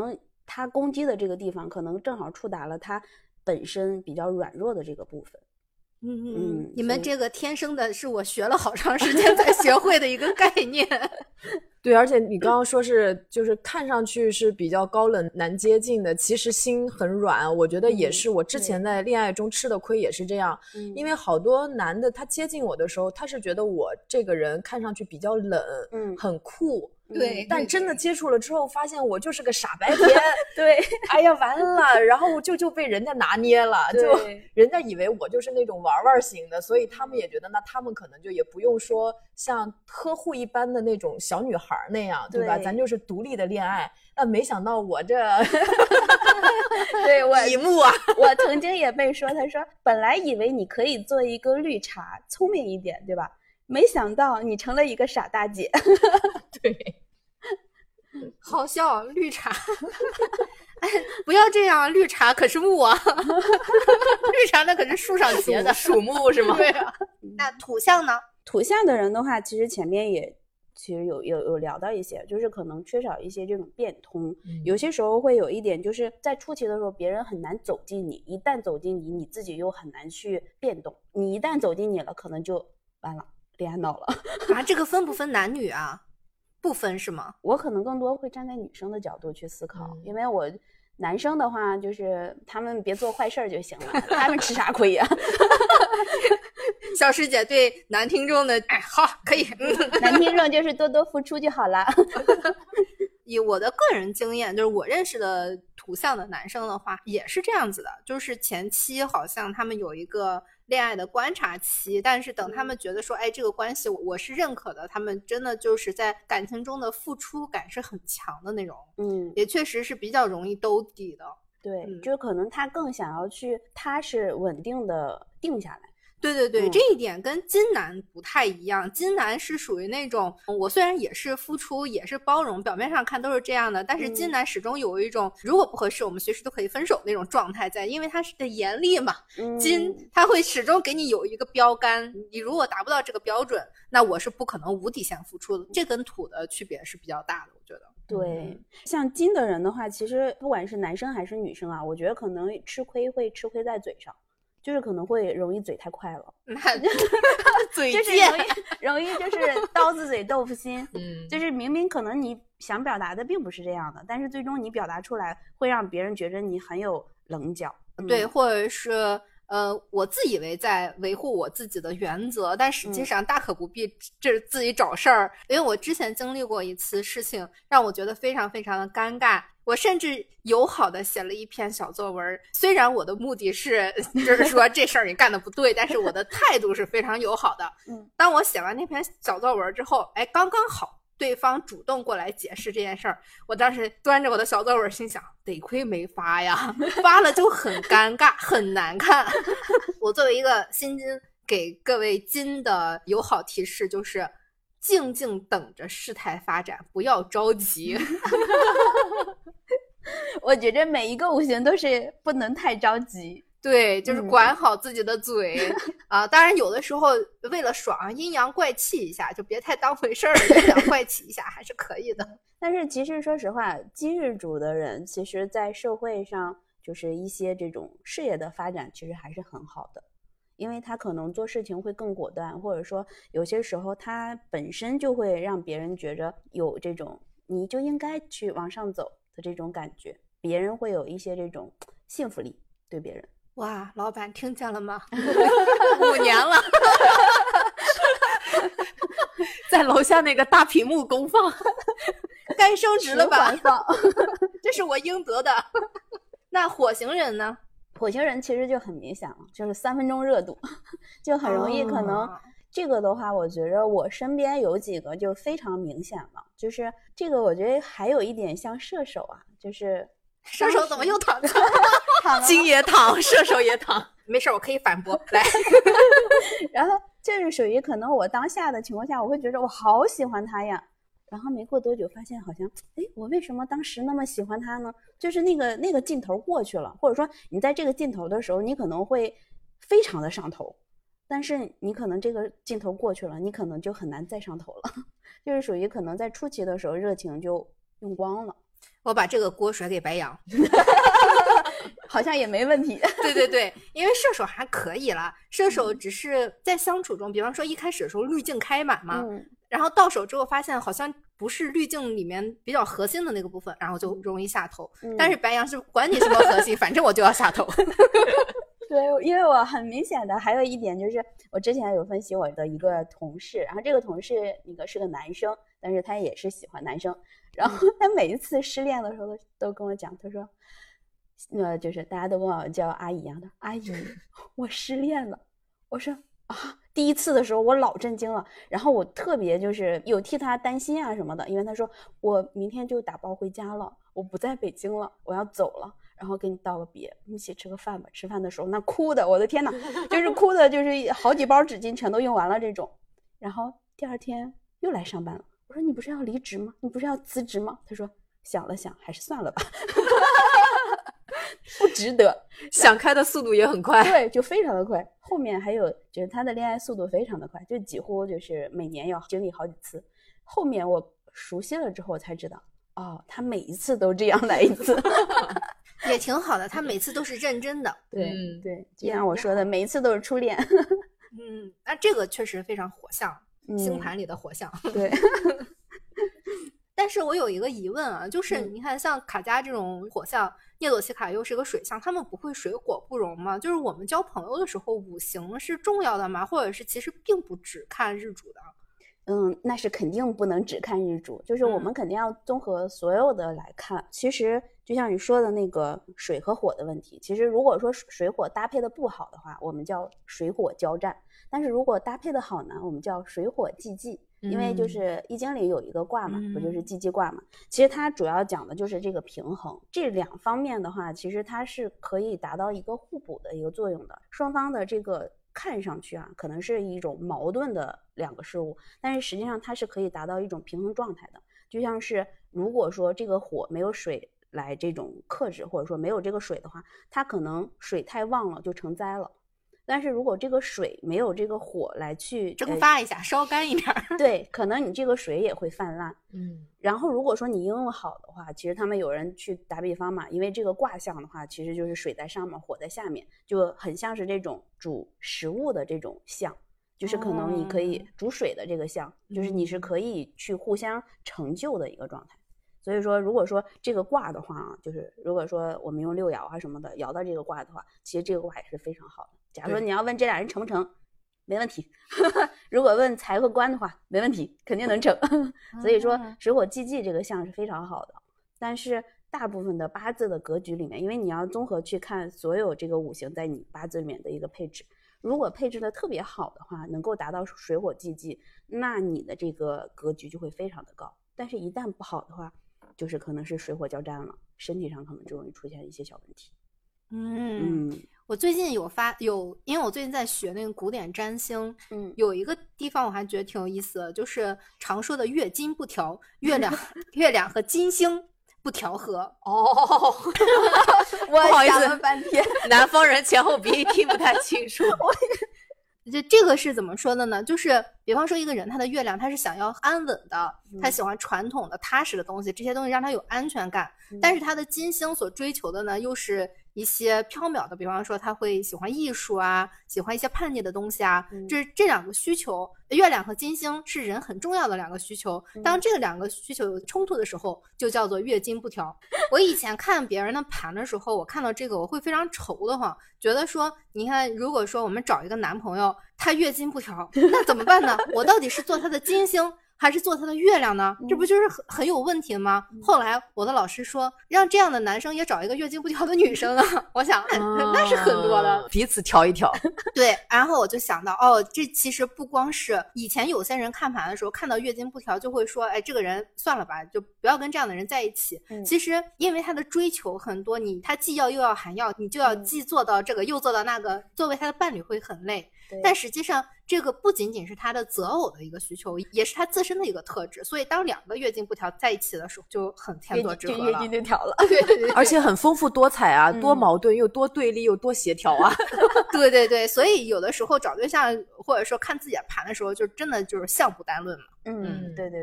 他攻击的这个地方可能正好触达了他本身比较软弱的这个部分。 嗯嗯， 你们这个天生的是我学了好长时间才学会的一个概念。 对，而且你刚刚说是就是看上去是比较高冷难接近的，其实心很软，我觉得也是我之前在恋爱中吃的亏也是这样。 嗯， 因为好多男的他接近我的时候，他是觉得我这个人看上去比较冷， 嗯， 很酷。 对， 但真的接触了之后发现我就是个傻白甜。 对， 哎呀完了，然后就就被人家拿捏了，就人家以为我就是那种玩玩型的，所以他们也觉得那他们可能就也不用说像呵护一般的那种小女孩那样， 对, 对吧？咱就是独立的恋爱。那没想到我这对我一幕啊， 我曾经也被说，他说本来以为你可以做一个绿茶，聪明一点，对吧？没想到你成了一个傻大姐。 对， 好笑，绿茶。哎，不要这样，绿茶可是木啊。绿茶那可是树上结的， 属木是吗？ 对啊。那土象呢？ 土象的人的话，其实前面也其实有有有聊到一些，就是可能缺少一些这种变通，嗯、有些时候会有一点，就是在初期的时候，别人很难走进你，一旦走进你，你自己又很难去变动。你一旦走进你了，可能就完了，恋爱脑了。 啊，这个分不分男女啊？不分是吗？ 我可能更多会站在女生的角度去思考，嗯、因为我男生的话，就是他们别做坏事就行了，他们吃啥亏呀？ 小师姐对男听众的，哎，好，可以。 男听众就是多多付出就好了。 以我的个人经验，就是我认识的土象的男生的话，也是这样子的，就是前期好像他们有一个恋爱的观察期，但是等他们觉得说，哎，这个关系我是认可的，他们真的就是在感情中的付出感是很强的那种， 嗯， 也确实是比较容易兜底的。 对， 嗯、 就可能他更想要去踏实稳定的定下来。 对对对、 嗯、 这一点跟金男不太一样，金男是属于那种我虽然也是付出也是包容，表面上看都是这样的，但是金男始终有一种、嗯、如果不合适我们随时都可以分手那种状态在，因为他是的严厉嘛、嗯、金他会始终给你有一个标杆，你如果达不到这个标准，那我是不可能无底线付出的，这跟土的区别是比较大的，我觉得。 对，像金的人的话，其实不管是男生还是女生啊，我觉得可能吃亏会吃亏在嘴上，就是可能会容易嘴太快了， 嘴就是容易容易就是刀子嘴豆腐心， 嗯， 就是明明可能你想表达的并不是这样的，但是最终你表达出来会让别人觉得你很有棱角， 对，或者是呃，我自以为在维护我自己的原则，但实际上大可不必，这是自己找事儿。因为我之前经历过一次事情，让我觉得非常非常的尴尬。我甚至友好的写了一篇小作文，虽然我的目的是就是说这事儿你干的不对，但是我的态度是非常友好的。 嗯， 当我写完那篇小作文之后，哎，刚刚好。对方主动过来解释这件事儿，我当时端着我的小作文心想，得亏没发呀，发了就很尴尬很难看。我作为一个新金，给各位金的友好提示就是静静等着事态发展，不要着急。 我觉得每一个五行都是不能太着急， 对，就是管好自己的嘴、嗯、啊。当然有的时候为了爽阴阳怪气一下，就别太当回事儿了，阴阳怪气一下还是可以的。 但是其实说实话，金日主的人其实在社会上就是一些这种事业的发展其实还是很好的，因为他可能做事情会更果断，或者说有些时候他本身就会让别人觉着有这种你就应该去往上走的这种感觉，别人会有一些这种幸福力对别人。 哇，老板听见了吗？五年了。 在楼下那个大屏幕公放， 该升职了吧？这是我应得的。那火星人呢？ 火星人其实就很明显了，就是三分钟热度，就很容易可能、哦、这个的话，我觉得我身边有几个就非常明显了，就是这个我觉得还有一点像射手啊，就是射手怎么又躺着？ 金也躺，射手也躺， 没事，我可以反驳。来， 然后就是属于可能我当下的情况下，我会觉得我好喜欢他呀，然后没过多久发现好像，哎，我为什么当时那么喜欢他呢？就是那个那个劲头过去了，或者说你在这个劲头的时候，你可能会非常的上头，但是你可能这个劲头过去了，你可能就很难再上头了，就是属于可能在初期的时候热情就用光了。 我把这个锅甩给白羊。 好像也没问题。 对对对，因为射手还可以啦，射手只是在相处中，比方说一开始的时候滤镜开满嘛， 嗯， 然后到手之后发现好像不是滤镜里面比较核心的那个部分，然后就容易下头。 嗯、 但是白羊是管你什么核心，反正我就要下头。 对，因为我很明显的还有一点就是，我之前有分析我的一个同事，然后这个同事那个是个男生，但是他也是喜欢男生，然后他每一次失恋的时候都都跟我讲，他说。呃，就是大家都跟我叫阿姨一样的，阿姨，我失恋了。我说啊，第一次的时候我老震惊了，然后我特别就是有替他担心啊什么的，因为他说我明天就打包回家了，我不在北京了，我要走了，然后跟你道个别，一起吃个饭吧。吃饭的时候那哭的，我的天哪，就是哭的，就是好几包纸巾全都用完了这种。然后第二天又来上班了，我说你不是要离职吗？你不是要辞职吗？他说想了想，还是算了吧。不值得， 想开的速度也很快， 对，就非常的快。后面还有就是他的恋爱速度非常的快，就几乎就是每年要经历好几次。后面我熟悉了之后才知道，哦，他每一次都这样来一次， 也挺好的。他每次都是认真的， 对、 嗯、 对，就像我说的，每一次都是初恋。 嗯，那这个确实非常火象， 嗯、 星盘里的火象。 对。 但是我有一个疑问啊，就是你看像卡嘉这种火象，涅朵奇卡又是个水象，他们不会水火不容吗？就是我们交朋友的时候，五行是重要的吗？或者是其实并不只看日主的？ 嗯，那是肯定不能只看日主，就是我们肯定要综合所有的来看。嗯、其实就像你说的那个水和火的问题，其实如果说水火搭配的不好的话，我们叫水火交战；但是如果搭配的好呢，我们叫水火既济。因为就是易经里有一个卦嘛， 嗯、 不就是既济卦嘛？其实它主要讲的就是这个平衡。这两方面的话，其实它是可以达到一个互补的一个作用的。双方的这个看上去啊，可能是一种矛盾的两个事物，但是实际上它是可以达到一种平衡状态的。就像是如果说这个火没有水来这种克制，或者说没有这个水的话，它可能水太旺了就成灾了。但是如果这个水没有这个火来去蒸发一下、呃、烧干一点， 对，可能你这个水也会泛滥。 嗯， 然后如果说你应用好的话，其实他们有人去打比方嘛，因为这个卦象的话其实就是水在上面火在下面，就很像是这种煮食物的这种象，就是可能你可以煮水的这个象、哦、就是你是可以去互相成就的一个状态。所以说如果说这个卦的话啊，就是如果说我们用六爻啊什么的爻到这个卦的话，其实这个卦也是非常好的。假如说你要问这俩人成不成，没问题。如果问财和官的话，没问题，肯定能成。所以说水火既济这个象是非常好的。但是大部分的八字的格局里面，因为你要综合去看所有这个五行在你八字里面的一个配置，如果配置的特别好的话，能够达到水火既济，那你的这个格局就会非常的高。但是一旦不好的话，就是可能是水火交战了，身体上可能就容易出现一些小问题。 嗯嗯， 我最近有发有，因为我最近在学那个古典占星， 嗯， 有一个地方我还觉得挺有意思的，就是常说的月金不调，月亮月亮和金星不调和。 哦， 我想了半天， 南方人前后鼻音听不太清楚。 这这个是怎么说的呢？就是比方说一个人他的月亮他是想要安稳的，他喜欢传统的踏实的东西，这些东西让他有安全感， 嗯、 但是他的金星所追求的呢又是一些缥缈的，比方说他会喜欢艺术啊，喜欢一些叛逆的东西啊， 嗯、 这这两个需求，月亮和金星是人很重要的两个需求，当这个两个需求有冲突的时候，就叫做月金不调。我以前看别人的盘的时候，我看到这个我会非常愁的慌，觉得说你看如果说我们找一个男朋友他月金不调，那怎么办呢？我到底是做他的金星还是做他的月亮呢？这不就是很很有问题吗？嗯、后来我的老师说，让这样的男生也找一个月经不调的女生啊。我想，哎，那是很多的， 彼此调一调。 对，然后我就想到，哦，这其实不光是以前有些人看盘的时候看到月经不调就会说，哎，这个人算了吧，就不要跟这样的人在一起。嗯、其实因为他的追求很多，你他既要又要还要，你就要既做到这个、嗯、又做到那个，作为他的伴侣会很累。但实际上这个不仅仅是他的择偶的一个需求，也是他自身的一个特质，所以当两个月经不调在一起的时候就很天作之合了， 月经就调了。 对对对， 而且很丰富多彩啊、嗯、多矛盾又多对立又多协调啊。 对对对，所以有的时候找对象或者说看自己的盘的时候就真的就是相不单论嘛。 嗯，对对对，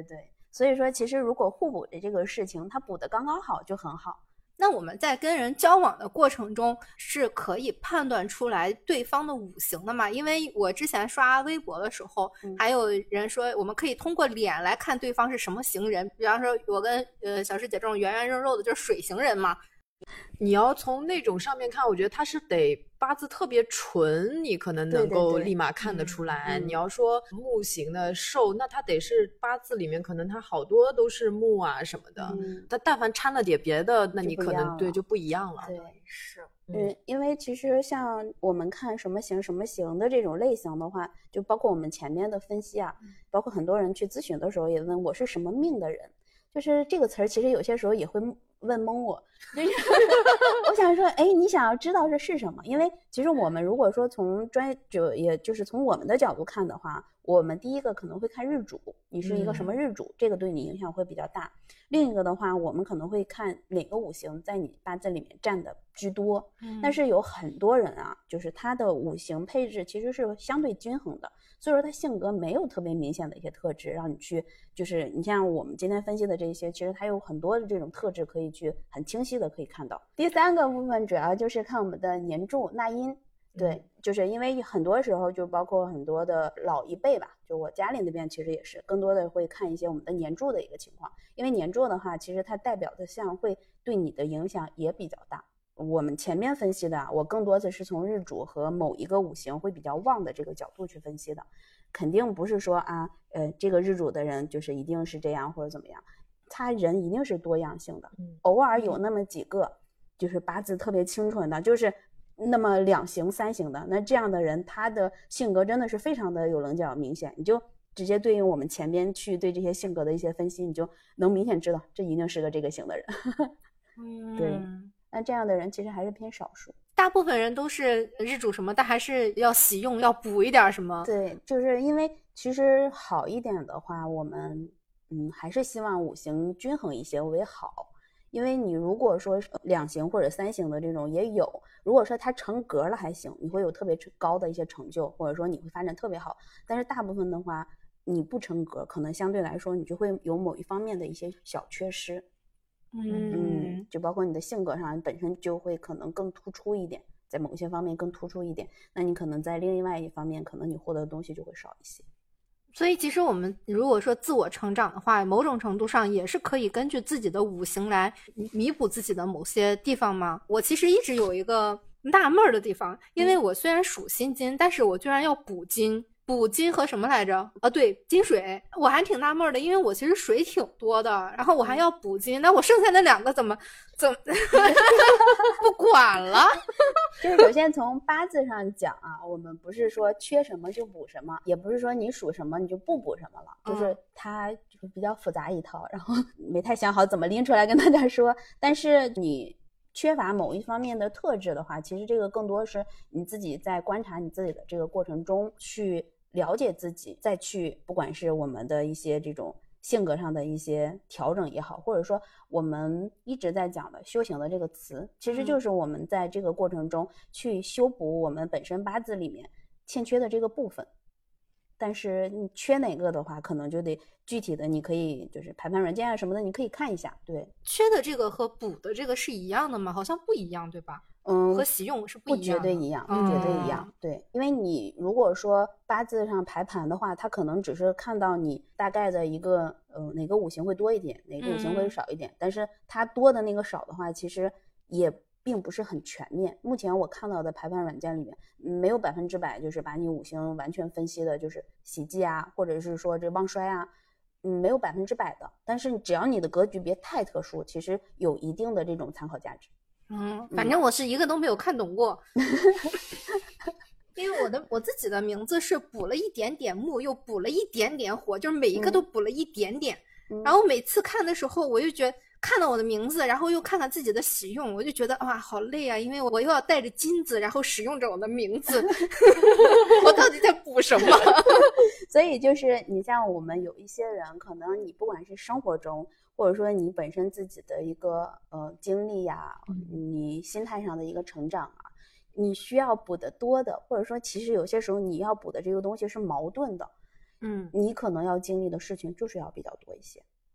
所以说其实如果互补的这个事情它补的刚刚好就很好。 那我们在跟人交往的过程中是可以判断出来对方的五行的吗？因为我之前刷微博的时候、嗯、还有人说我们可以通过脸来看对方是什么型人，比方说我跟呃小师姐这种圆圆肉肉的就是水型人嘛。 你要从那种上面看，我觉得他是得八字特别纯，你可能能够立马看得出来。 对对对、嗯、 你要说木型的瘦，那他得是八字里面可能他好多都是木啊什么的，嗯、他但凡掺了点别的，那你可能对就不一样了。 对，是，嗯，因为其实像我们看什么型什么型的这种类型的话，就包括我们前面的分析啊，包括很多人去咨询的时候也问我是什么命的人，就是这个词儿其实有些时候也会问懵我，就是我想说，哎，你想要知道这是什么？因为其实我们如果说从专业就也就是从我们的角度看的话，我们第一个可能会看日主，你是一个什么日主、嗯、这个对你影响会比较大。另一个的话，我们可能会看哪个五行在你八字里面占的居多、嗯、但是有很多人啊，就是他的五行配置其实是相对均衡的，所以说他性格没有特别明显的一些特质让你去，就是你像我们今天分析的这些，其实它有很多的这种特质可以去很清晰的可以看到。第三个部分主要就是看我们的年柱纳音，对，就是因为很多时候就包括很多的老一辈吧，就我家里那边其实也是更多的会看一些我们的年柱的一个情况，因为年柱的话其实它代表的像会对你的影响也比较大。我们前面分析的我更多的是从日主和某一个五行会比较旺的这个角度去分析的，肯定不是说啊呃这个日主的人就是一定是这样或者怎么样，他人一定是多样性的，偶尔有那么几个就是八字特别清纯的，就是那么两行三行的，那这样的人他的性格真的是非常的有棱角明显，你就直接对应我们前边去对这些性格的一些分析，你就能明显知道这一定是个这个型的人嗯， 对，那这样的人其实还是偏少数， 大部分人都是日主什么，但还是要喜用要补一点什么。 对，就是因为其实好一点的话，我们嗯还是希望五行均衡一些为好。因为你如果说两行或者三行的这种也有，如果说它成格了还行，你会有特别高的一些成就，或者说你会发展特别好，但是大部分的话你不成格，可能相对来说你就会有某一方面的一些小缺失。 嗯嗯，就包括你的性格上本身就会可能更突出一点，在某些方面更突出一点，那你可能在另外一方面可能你获得的东西就会少一些。 所以其实我们如果说自我成长的话，某种程度上也是可以根据自己的五行来弥补自己的某些地方吗？我其实一直有一个纳闷的地方，因为我虽然属辛金，但是我居然要补金，补金和什么来着？啊，对，金水，我还挺纳闷的，因为我其实水挺多的，然后我还要补金，那我剩下那两个怎么怎么不管了？ 就是首先从八字上讲啊，我们不是说缺什么就补什么，也不是说你属什么你就不补什么了，就是它就是比较复杂一套，然后没太想好怎么拎出来跟大家说。但是你缺乏某一方面的特质的话，其实这个更多是你自己在观察你自己的这个过程中去了解自己，再去不管是我们的一些这种性格上的一些调整也好，或者说我们一直在讲的修行的这个词，其实就是我们在这个过程中去修补我们本身八字里面欠缺的这个部分。但是你缺哪个的话，可能就得具体的你可以就是排盘软件啊什么的你可以看一下。对， 缺的这个和补的这个是一样的吗？好像不一样，对吧？ 嗯， 和喜用是不一样的， 不绝对一样，不绝对一样、嗯、对，因为你如果说八字上排盘的话，它可能只是看到你大概的一个呃哪个五行会多一点，哪个五行会少一点、嗯、但是它多的那个少的话其实也并不是很全面。目前我看到的排盘软件里面没有百分之百就是把你五行完全分析的，就是喜忌啊或者是说这旺衰啊，嗯，没有百分之百的，但是只要你的格局别太特殊，其实有一定的这种参考价值。 嗯，反正我是一个都没有看懂过、嗯、因为我的我自己的名字是补了一点点木又补了一点点火，就是每一个都补了一点点、嗯、然后每次看的时候我就觉得看到我的名字然后又看看自己的喜用，我就觉得哇好累啊，因为我又要带着金子然后使用着我的名字我到底在补什么所以就是你像我们有一些人可能你不管是生活中或者说你本身自己的一个呃经历呀、啊、你心态上的一个成长啊，你需要补的多的，或者说其实有些时候你要补的这个东西是矛盾的， 嗯， 你可能要经历的事情就是要比较多一些。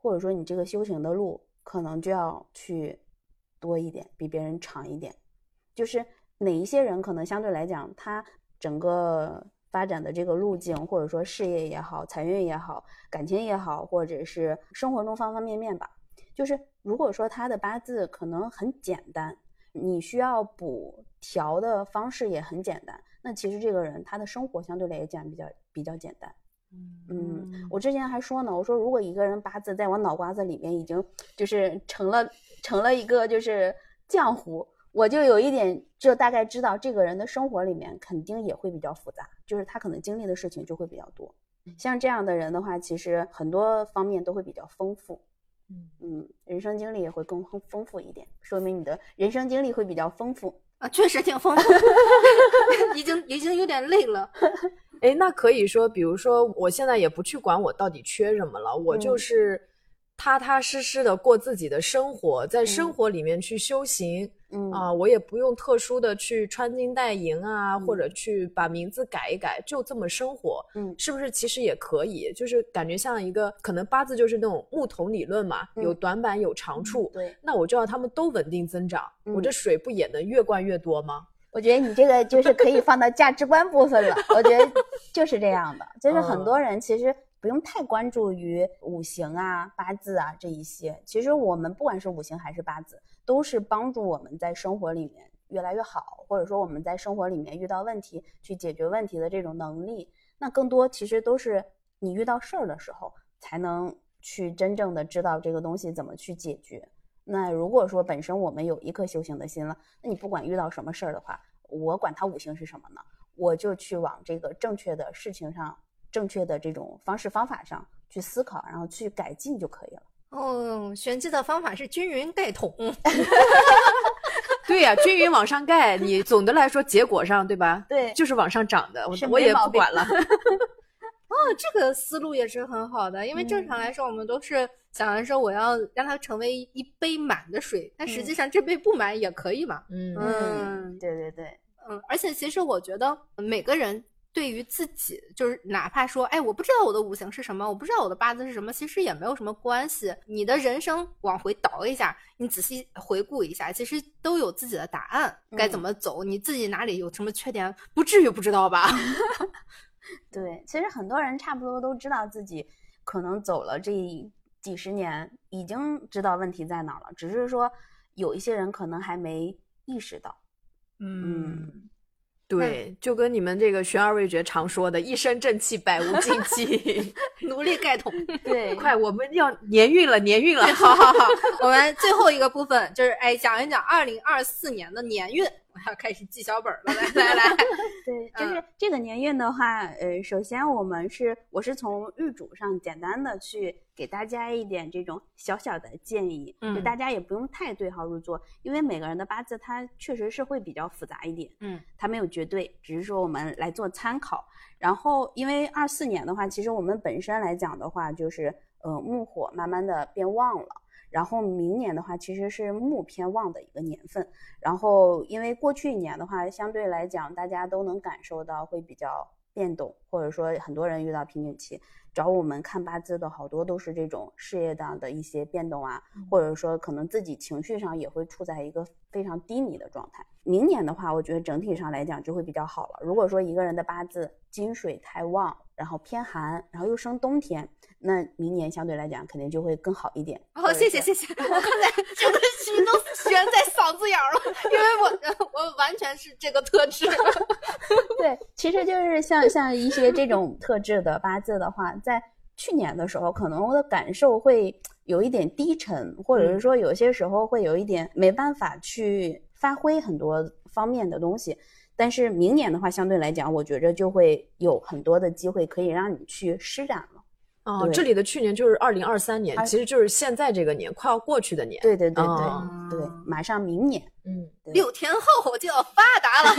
或者说你这个修行的路可能就要去多一点，比别人长一点。就是哪一些人可能相对来讲，他整个发展的这个路径，或者说事业也好，财运也好，感情也好，或者是生活中方方面面吧，就是如果说他的八字可能很简单，你需要补调的方式也很简单，那其实这个人他的生活相对来讲比较比较简单。嗯，我之前还说呢，我说如果一个人八字在我脑瓜子里面已经就是成了成了一个就是浆糊，我就有一点就大概知道这个人的生活里面肯定也会比较复杂，就是他可能经历的事情就会比较多。像这样的人的话，其实很多方面都会比较丰富。嗯，人生经历也会更丰富一点，说明你的人生经历会比较丰富啊，确实挺丰富，已经已经有点累了。 哎，那可以说，比如说，我现在也不去管我到底缺什么了，我就是踏踏实实的过自己的生活，在生活里面去修行。嗯啊、呃，我也不用特殊的去穿金戴银啊、嗯，或者去把名字改一改，就这么生活。嗯，是不是其实也可以？就是感觉像一个可能八字就是那种木桶理论嘛，嗯、有短板有长处。嗯、对，那我就要他们都稳定增长，嗯、我这水不也能越灌越多吗？ 我觉得你这个就是可以放到价值观部分了。我觉得就是这样的，就是很多人其实不用太关注于五行啊、八字啊这一些。其实我们不管是五行还是八字，都是帮助我们在生活里面越来越好，或者说我们在生活里面遇到问题去解决问题的这种能力。那更多其实都是你遇到事儿的时候才能去真正的知道这个东西怎么去解决。那如果说本身我们有一颗修行的心了，那你不管遇到什么事儿的话，我管它五行是什么呢？我就去往这个正确的事情上，正确的这种方式方法上去思考，然后去改进就可以了。 哦，玄机的方法是均匀盖桶。 对呀、啊，均匀往上盖，你总的来说结果上，对吧？ 对， 就是往上涨的，我我也不管了。 哦，这个思路也是很好的，因为正常来说，我们都是想着说我要让它成为一杯满的水，但实际上这杯不满也可以嘛。 嗯嗯，对对对， 嗯，而且其实我觉得每个人对于自己，就是哪怕说，哎，我不知道我的五行是什么，我不知道我的八字是什么，其实也没有什么关系。你的人生往回倒一下，你仔细回顾一下，其实都有自己的答案，该怎么走，你自己哪里有什么缺点，不至于不知道吧？ 对，其实很多人差不多都知道自己可能走了这几十年，已经知道问题在哪了，只是说有一些人可能还没意识到。 嗯，对，就跟你们这个玄而未决常说的一身正气百无禁忌， 努力盖桶。 对， 快，我们要年运了，年运了。 好好好，我们最后一个部分就是哎，讲一讲二零二四年的年运。我要开始记小本了，来来来。 对，就是这个年运的话，呃，首先我们是我是从日主上简单的去给大家一点这种小小的建议，嗯，就大家也不用太对号入座，因为每个人的八字它确实是会比较复杂一点，嗯，它没有绝对，只是说我们来做参考。然后因为二四年的话，其实我们本身来讲的话，就是呃木火慢慢的变旺了。然后明年的话其实是木偏旺的一个年份，然后因为过去一年的话相对来讲大家都能感受到会比较变动，或者说很多人遇到瓶颈期，找我们看八字的好多都是这种事业上的一些变动啊，或者说可能自己情绪上也会处在一个非常低迷的状态。明年的话我觉得整体上来讲就会比较好了。如果说一个人的八字金水太旺，然后偏寒，然后又生冬天，那明年相对来讲肯定就会更好一点。 哦，谢谢谢谢，我刚才整个气都悬在嗓子眼了，因为我我完全是这个特质。 对，其实就是像像一些这种特质的八字的话，在去年的时候可能我的感受会有一点低沉，或者是说有些时候会有一点没办法去发挥很多方面的东西。但是明年的话相对来讲我觉着就会有很多的机会可以让你去施展了。 哦，这里的去年就是二零二三年，其实就是现在这个年快要过去的年。 对对对对、哦、对，马上明年。 嗯，六天后我就要发达了。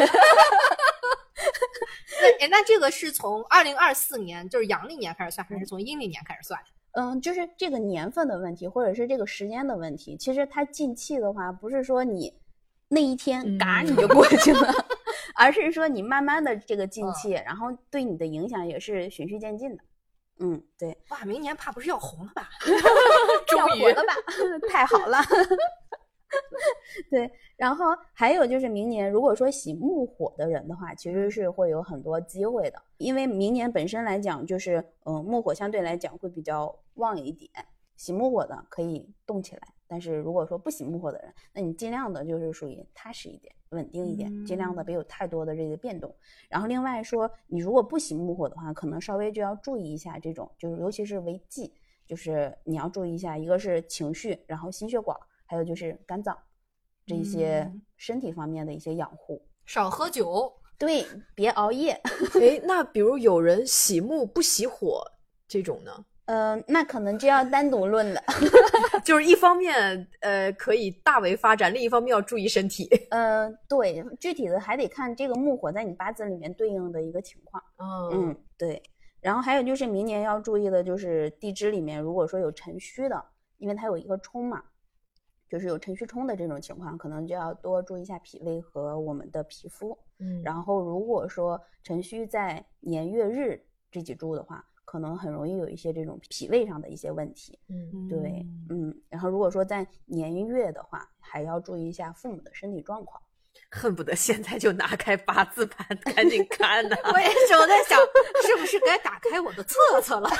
那那这个是从二零二四年就是阳历年开始算，还是从阴历年开始算？ 嗯，就是这个年份的问题，或者是这个时间的问题。其实它进气的话，不是说你那一天嘎你就过去了。嗯而是说你慢慢的这个进气、嗯、然后对你的影响也是循序渐进的。 嗯，对。 哇，明年怕不是要红了吧？ 终于要火了吧？太好了。对，然后还有就是明年如果说喜木火的人的话，其实是会有很多机会的，因为明年本身来讲就是嗯、呃，木火相对来讲会比较旺一点，喜木火的可以动起来，但是如果说不喜木火的人，那你尽量的就是属于踏实一点，稳定一点， 嗯、 尽量的别有太多的这个变动。然后另外说你如果不喜木火的话，可能稍微就要注意一下这种，就是尤其是为忌，就是你要注意一下，一个是情绪，然后心血管，还有就是肝脏这一些身体方面的一些养护、嗯、 少喝酒， 对，别熬夜。 诶，那比如有人喜木不喜火这种呢？ 呃，那可能就要单独论了。 就是一方面呃可以大为发展，另一方面要注意身体。 呃，对，具体的还得看这个木火在你八字里面对应的一个情况。 嗯嗯，对。然后还有就是明年要注意的就是地支里面如果说有辰戌的，因为它有一个冲嘛，就是有辰戌冲的这种情况，可能就要多注意一下脾胃和我们的皮肤。 嗯， 然后如果说辰戌在年月日这几柱的话，可能很容易有一些这种脾胃上的一些问题。 嗯， 对，嗯。然后如果说在年月的话，还要注意一下父母的身体状况。 恨不得现在就拿开八字盘赶紧看呢、 啊。我也是，我在想是不是该打开我的册册了。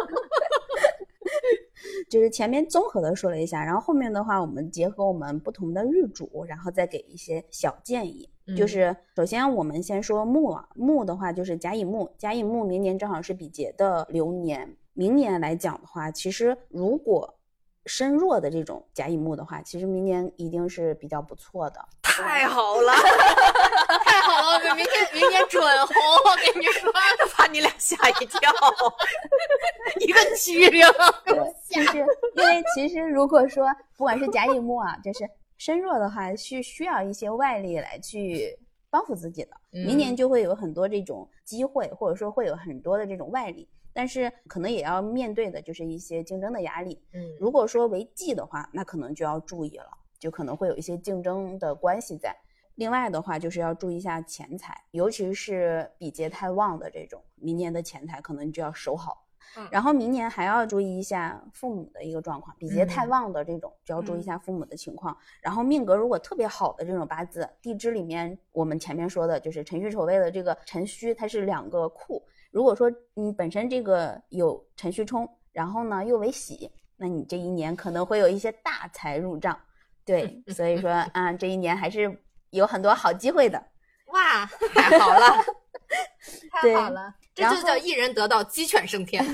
就是前面综合的说了一下，然后后面的话我们结合我们不同的日主，然后再给一些小建议。嗯、就是首先我们先说木啊，木的话就是甲乙木，甲乙木明年正好是比劫的流年，明年来讲的话，其实如果身弱的这种甲乙木的话，其实明年一定是比较不错的。 太好了， 太好了！我明天明年准红，我跟你说， 把你俩吓一跳，一个机灵。 就是因为其实如果说不管是甲乙木啊，就是身弱的话，是需要一些外力来去帮扶自己的。明年就会有很多这种机会，或者说会有很多的这种外力。但是可能也要面对的就是一些竞争的压力。嗯，如果说为忌的话，那可能就要注意了，就可能会有一些竞争的关系在。另外的话就是要注意一下钱财，尤其是比劫太旺的这种，明年的钱财可能就要守好。嗯，然后明年还要注意一下父母的一个状况，比劫太旺的这种、嗯、就要注意一下父母的情况、嗯、然后命格如果特别好的这种八字，地支里面我们前面说的就是辰戌丑未的这个辰戌，它是两个库，如果说你本身这个有辰戌冲，然后呢又为喜，那你这一年可能会有一些大财入账。对，所以说啊，这一年还是有很多好机会的。 哇，太好了，太好了，这就叫一人得道鸡犬升天。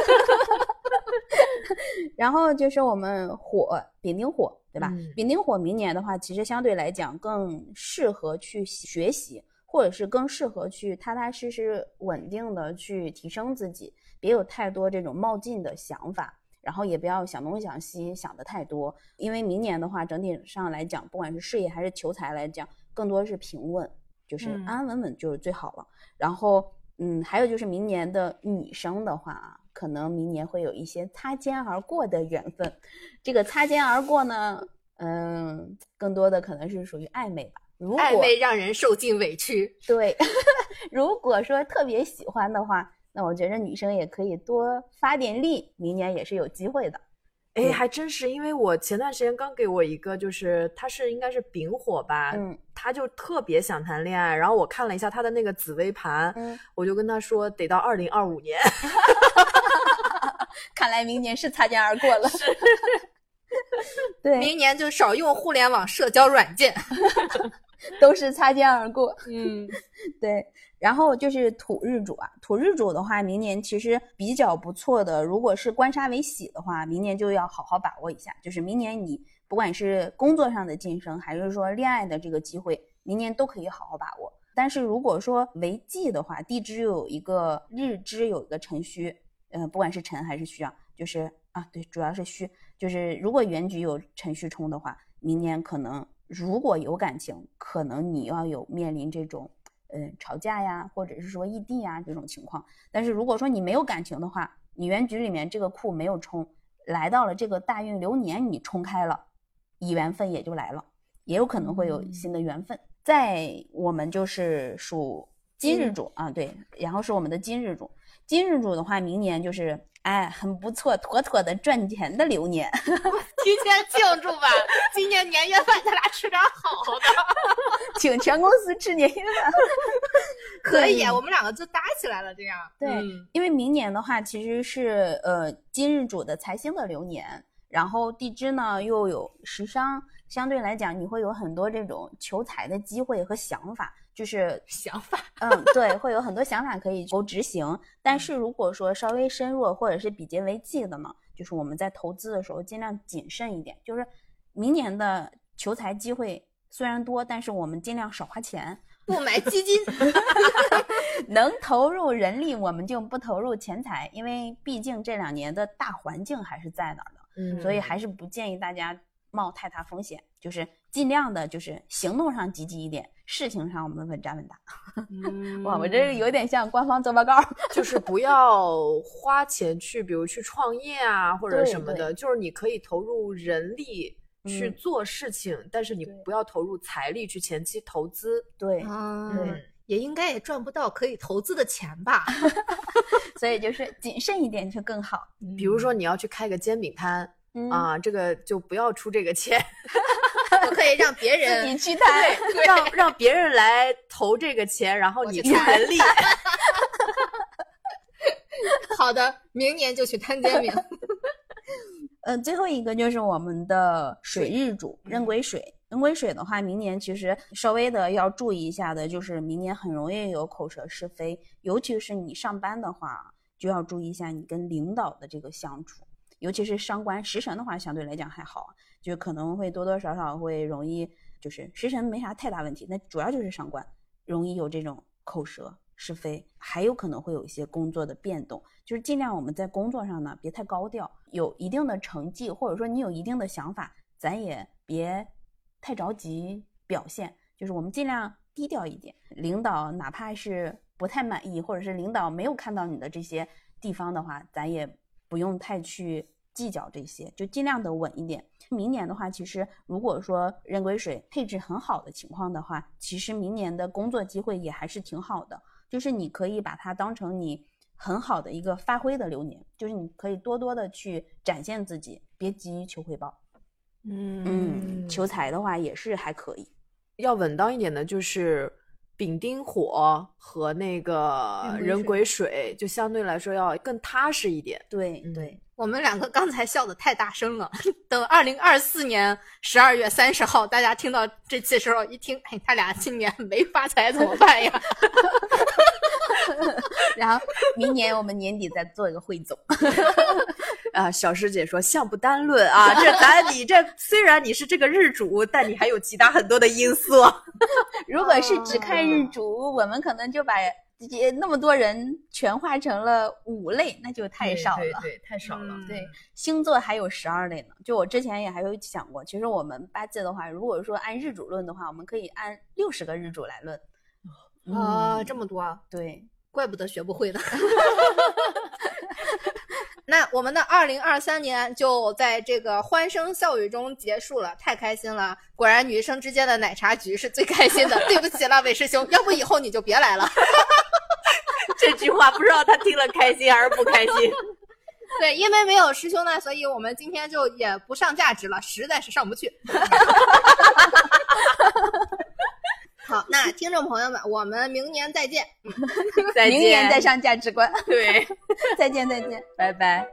然后就是我们火，丙丁火，对吧？嗯、丙丁火明年的话，其实相对来讲更适合去学习，或者是更适合去踏踏实实稳定的去提升自己，别有太多这种冒进的想法，然后也不要想东想西想的太多，因为明年的话整体上来讲，不管是事业还是求财来讲，更多是平稳，就是安安稳稳就是最好了、嗯、然后嗯，还有就是明年的女生的话，可能明年会有一些擦肩而过的缘分，这个擦肩而过呢嗯，更多的可能是属于暧昧吧，如果暧昧让人受尽委屈。 对如果说特别喜欢的话，那我觉得女生也可以多发点力，明年也是有机会的。 哎，还真是，因为我前段时间刚给我一个，就是他是应该是丙火吧， 嗯， 他就特别想谈恋爱，然后我看了一下他的那个紫微盘，嗯，我就跟他说得到二零二五年。 看来明年是擦肩而过了。对， 明年就少用互联网社交软件。 都是擦肩而过。 嗯， 对。然后就是土日主啊，土日主的话，明年其实比较不错的。如果是官杀为喜的话，明年就要好好把握一下。就是明年你不管是工作上的晋升，还是说恋爱的这个机会，明年都可以好好把握。但是如果说为忌的话，地支有一个日支有一个辰戌，呃，不管是辰还是戌啊，就是啊，对，主要是戌。就是如果原局有辰戌冲的话，明年可能如果有感情，可能你要有面临这种嗯，吵架呀，或者是说异地呀这种情况。但是如果说你没有感情的话，你原局里面这个库没有冲，来到了这个大运流年你冲开了，缘分也就来了，也有可能会有新的缘分。在我们就是属金日主啊，对，然后是我们的金日主。金日主的话，明年就是哎很不错，妥妥的赚钱的流年。 提前庆祝吧，今年年夜饭咱俩吃点好的， 请全公司吃年夜饭。 可以，我们两个就搭起来了，这样。 对、嗯，因为明年的话其实是呃金日主的财星的流年，然后地支呢又有食伤，相对来讲你会有很多这种求财的机会和想法。就是想法， 嗯，对，会有很多想法可以去执行。但是如果说稍微深入或者是比肩为忌的呢，就是我们在投资的时候尽量谨慎一点。就是明年的求财机会虽然多，但是我们尽量少花钱， 不买基金。 能投入人力我们就不投入钱财，因为毕竟这两年的大环境还是在那儿的，嗯，所以还是不建议大家冒太大风险，就是尽量的就是行动上积极一点，事情上我们稳扎稳打。嗯、哇，我这有点像官方做报告， 就是不要花钱去比如去创业啊或者什么的，就是你可以投入人力去做事情、嗯、但是你不要投入财力去前期投资。 对、 嗯、对，也应该也赚不到可以投资的钱吧。 所以就是谨慎一点就更好。 比如说你要去开个煎饼摊、嗯、啊，这个就不要出这个钱。 我可以让别人自己去摊， 让让别人来投这个钱，然后你出人力。 好的，明年就去摊煎饼。 呃，最后一个就是我们的水日主壬癸水。壬癸水的话，明年其实稍微的要注意一下的，就是明年很容易有口舌是非，尤其是你上班的话，就要注意一下你跟领导的这个相处。尤其是伤官食神的话相对来讲还好，就可能会多多少少会容易，就是食神没啥太大问题，那主要就是伤官容易有这种口舌是非，还有可能会有一些工作的变动，就是尽量我们在工作上呢别太高调，有一定的成绩或者说你有一定的想法，咱也别太着急表现，就是我们尽量低调一点，领导哪怕是不太满意或者是领导没有看到你的这些地方的话，咱也不用太去计较这些，就尽量的稳一点。明年的话，其实如果说壬癸水配置很好的情况的话，其实明年的工作机会也还是挺好的，就是你可以把它当成你很好的一个发挥的流年，就是你可以多多的去展现自己，别急于求回报。嗯嗯，求财的话也是还可以。 要稳当一点的就是丙丁火和那个壬癸水，就相对来说要更踏实一点。 对、嗯、对， 我们两个刚才笑得太大声了，等二零二四年十二月三十号大家听到这期的时候一听，哎，他俩今年没发财怎么办呀？ 然后明年我们年底再做一个汇总。 啊，小师姐说相不单论啊，这咱你这虽然你是这个日主，但你还有其他很多的因素。 如果是只看日主、哦、我们可能就把那么多人全划成了五类，那就太少了。 对 对, 对太少了、 嗯、对，星座还有十二类呢，就我之前也还有想过，其实我们八字的话，如果说按日主论的话，我们可以按六十个日主来论。 啊、呃，这么多？ 对， 怪不得学不会的。那我们的二零二三年就在这个欢声笑语中结束了，太开心了！果然女生之间的奶茶局是最开心的。对不起了，韦师兄，要不以后你就别来了。 这句话不知道他听了开心还是不开心。 对，因为没有师兄呢，所以我们今天就也不上价值了，实在是上不去。好，那听众朋友们，我们明年再见。 再见， 明年再上价值观。 对， 再见，再见， 拜拜。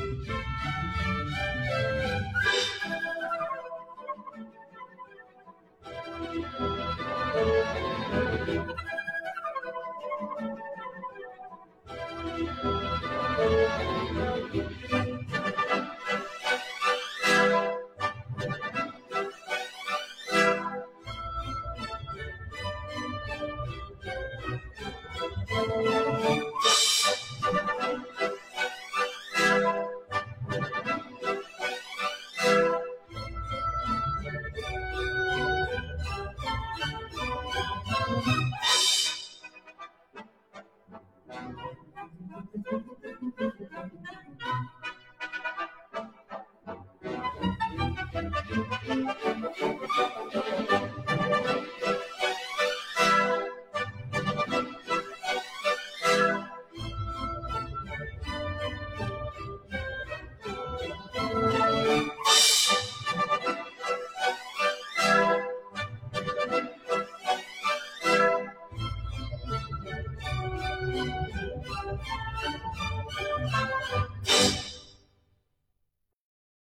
Thank you.